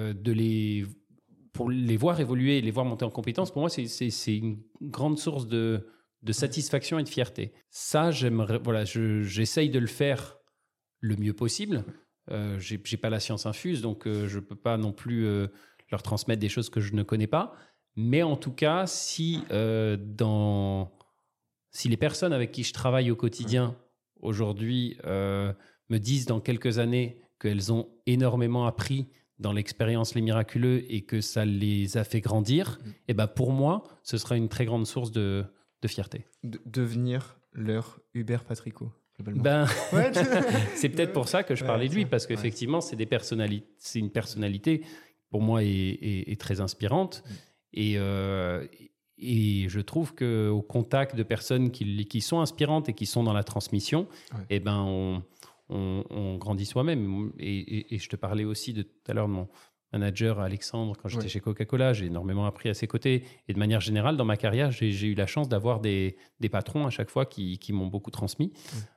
pour les voir évoluer, les voir monter en compétences. Pour moi, c'est une grande source de satisfaction et de fierté. Ça, j'essaye de le faire le mieux possible. J'ai pas la science infuse, donc je peux pas non plus leur transmettre des choses que je ne connais pas. Mais en tout cas, si les personnes avec qui je travaille au quotidien aujourd'hui me disent dans quelques années qu'elles ont énormément appris dans l'expérience Les Miraculeux et que ça les a fait grandir, et ben pour moi, ce sera une très grande source de fierté. Devenir leur Hubert Patricot. C'est peut-être pour ça que je parlais de lui, parce qu'effectivement, c'est une personnalité, pour moi, est très inspirante. Et je trouve qu'au contact de personnes qui sont inspirantes et qui sont dans la transmission, et ben on grandit soi-même. Et je te parlais aussi tout à l'heure de mon manager Alexandre, quand j'étais chez Coca-Cola, j'ai énormément appris à ses côtés. Et de manière générale, dans ma carrière, j'ai eu la chance d'avoir des patrons à chaque fois qui m'ont beaucoup transmis.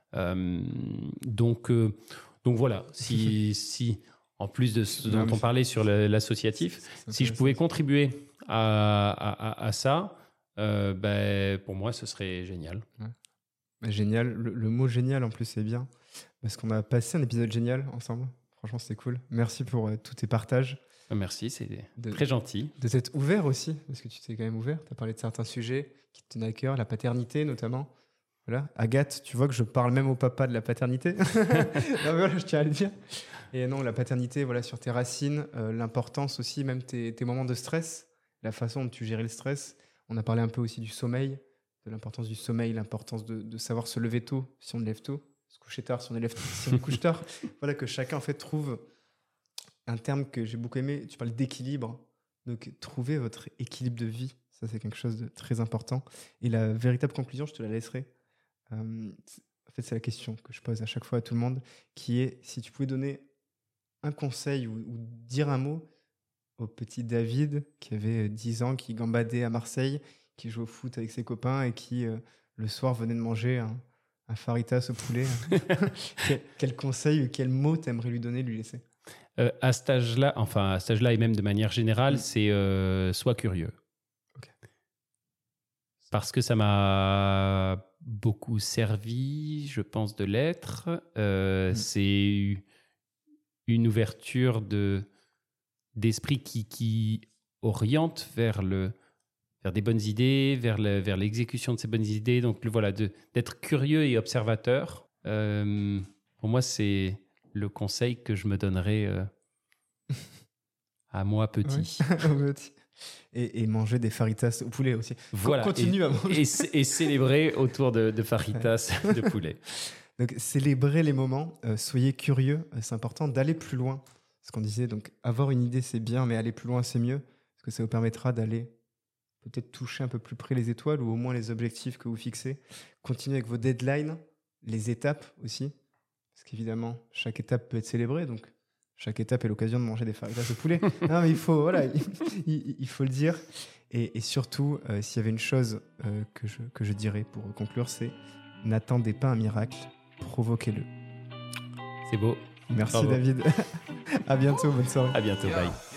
Donc voilà, si en plus de ce dont on parlait sur l'associatif, si je pouvais contribuer à ça, pour moi, ce serait génial. Génial. Le mot génial, en plus, c'est bien. Parce qu'on a passé un épisode génial ensemble. Franchement, c'était cool. Merci pour tous tes partages. Merci, c'est très gentil. De t'être ouvert aussi, parce que tu t'es quand même ouvert. Tu as parlé de certains sujets qui te tenaient à cœur, la paternité notamment. Voilà. Agathe, tu vois que je parle même au papa de la paternité. Non, mais voilà, je tiens à le dire. Et non, la paternité, voilà, sur tes racines, l'importance aussi, même tes moments de stress, la façon dont tu gérais le stress. On a parlé un peu aussi du sommeil, de l'importance du sommeil, l'importance de savoir se lever tôt si on lève tôt, se coucher tard si on couche tard. Voilà, que chacun en fait trouve un terme que j'ai beaucoup aimé. Tu parles d'équilibre, donc trouver votre équilibre de vie, ça c'est quelque chose de très important. Et la véritable conclusion, je te la laisserai. En fait, c'est la question que je pose à chaque fois à tout le monde, qui est si tu pouvais donner un conseil ou dire un mot au petit David qui avait 10 ans, qui gambadait à Marseille, qui jouait au foot avec ses copains et qui, le soir, venait de manger un faritas au poulet. Quel conseil ou quel mot t'aimerais lui donner, lui laisser? À cet âge-là et même de manière générale, c'est sois curieux. Okay. Parce que ça m'a beaucoup servi, je pense, de l'être. C'est une ouverture d'esprit qui oriente vers des bonnes idées, vers l'exécution de ces bonnes idées. Donc voilà, d'être curieux et observateur. Pour moi, c'est le conseil que je me donnerais à moi petit. Petit. Et manger des faritas au poulet aussi. Voilà. Continue à manger. Et célébrer autour de faritas de poulet. Donc, célébrez les moments. Soyez curieux. C'est important d'aller plus loin. Ce qu'on disait, donc avoir une idée, c'est bien, mais aller plus loin, c'est mieux. Parce que ça vous permettra d'aller peut-être toucher un peu plus près les étoiles ou au moins les objectifs que vous fixez. Continuez avec vos deadlines, les étapes aussi. Parce qu'évidemment, chaque étape peut être célébrée. Donc, chaque étape est l'occasion de manger des faritas au poulet. Non, mais il faut le dire. Et surtout, s'il y avait une chose que je dirais pour conclure, c'est n'attendez pas un miracle, provoquez-le. C'est beau. Merci Bravo. David. À bientôt, bonne soirée. À bientôt, bye.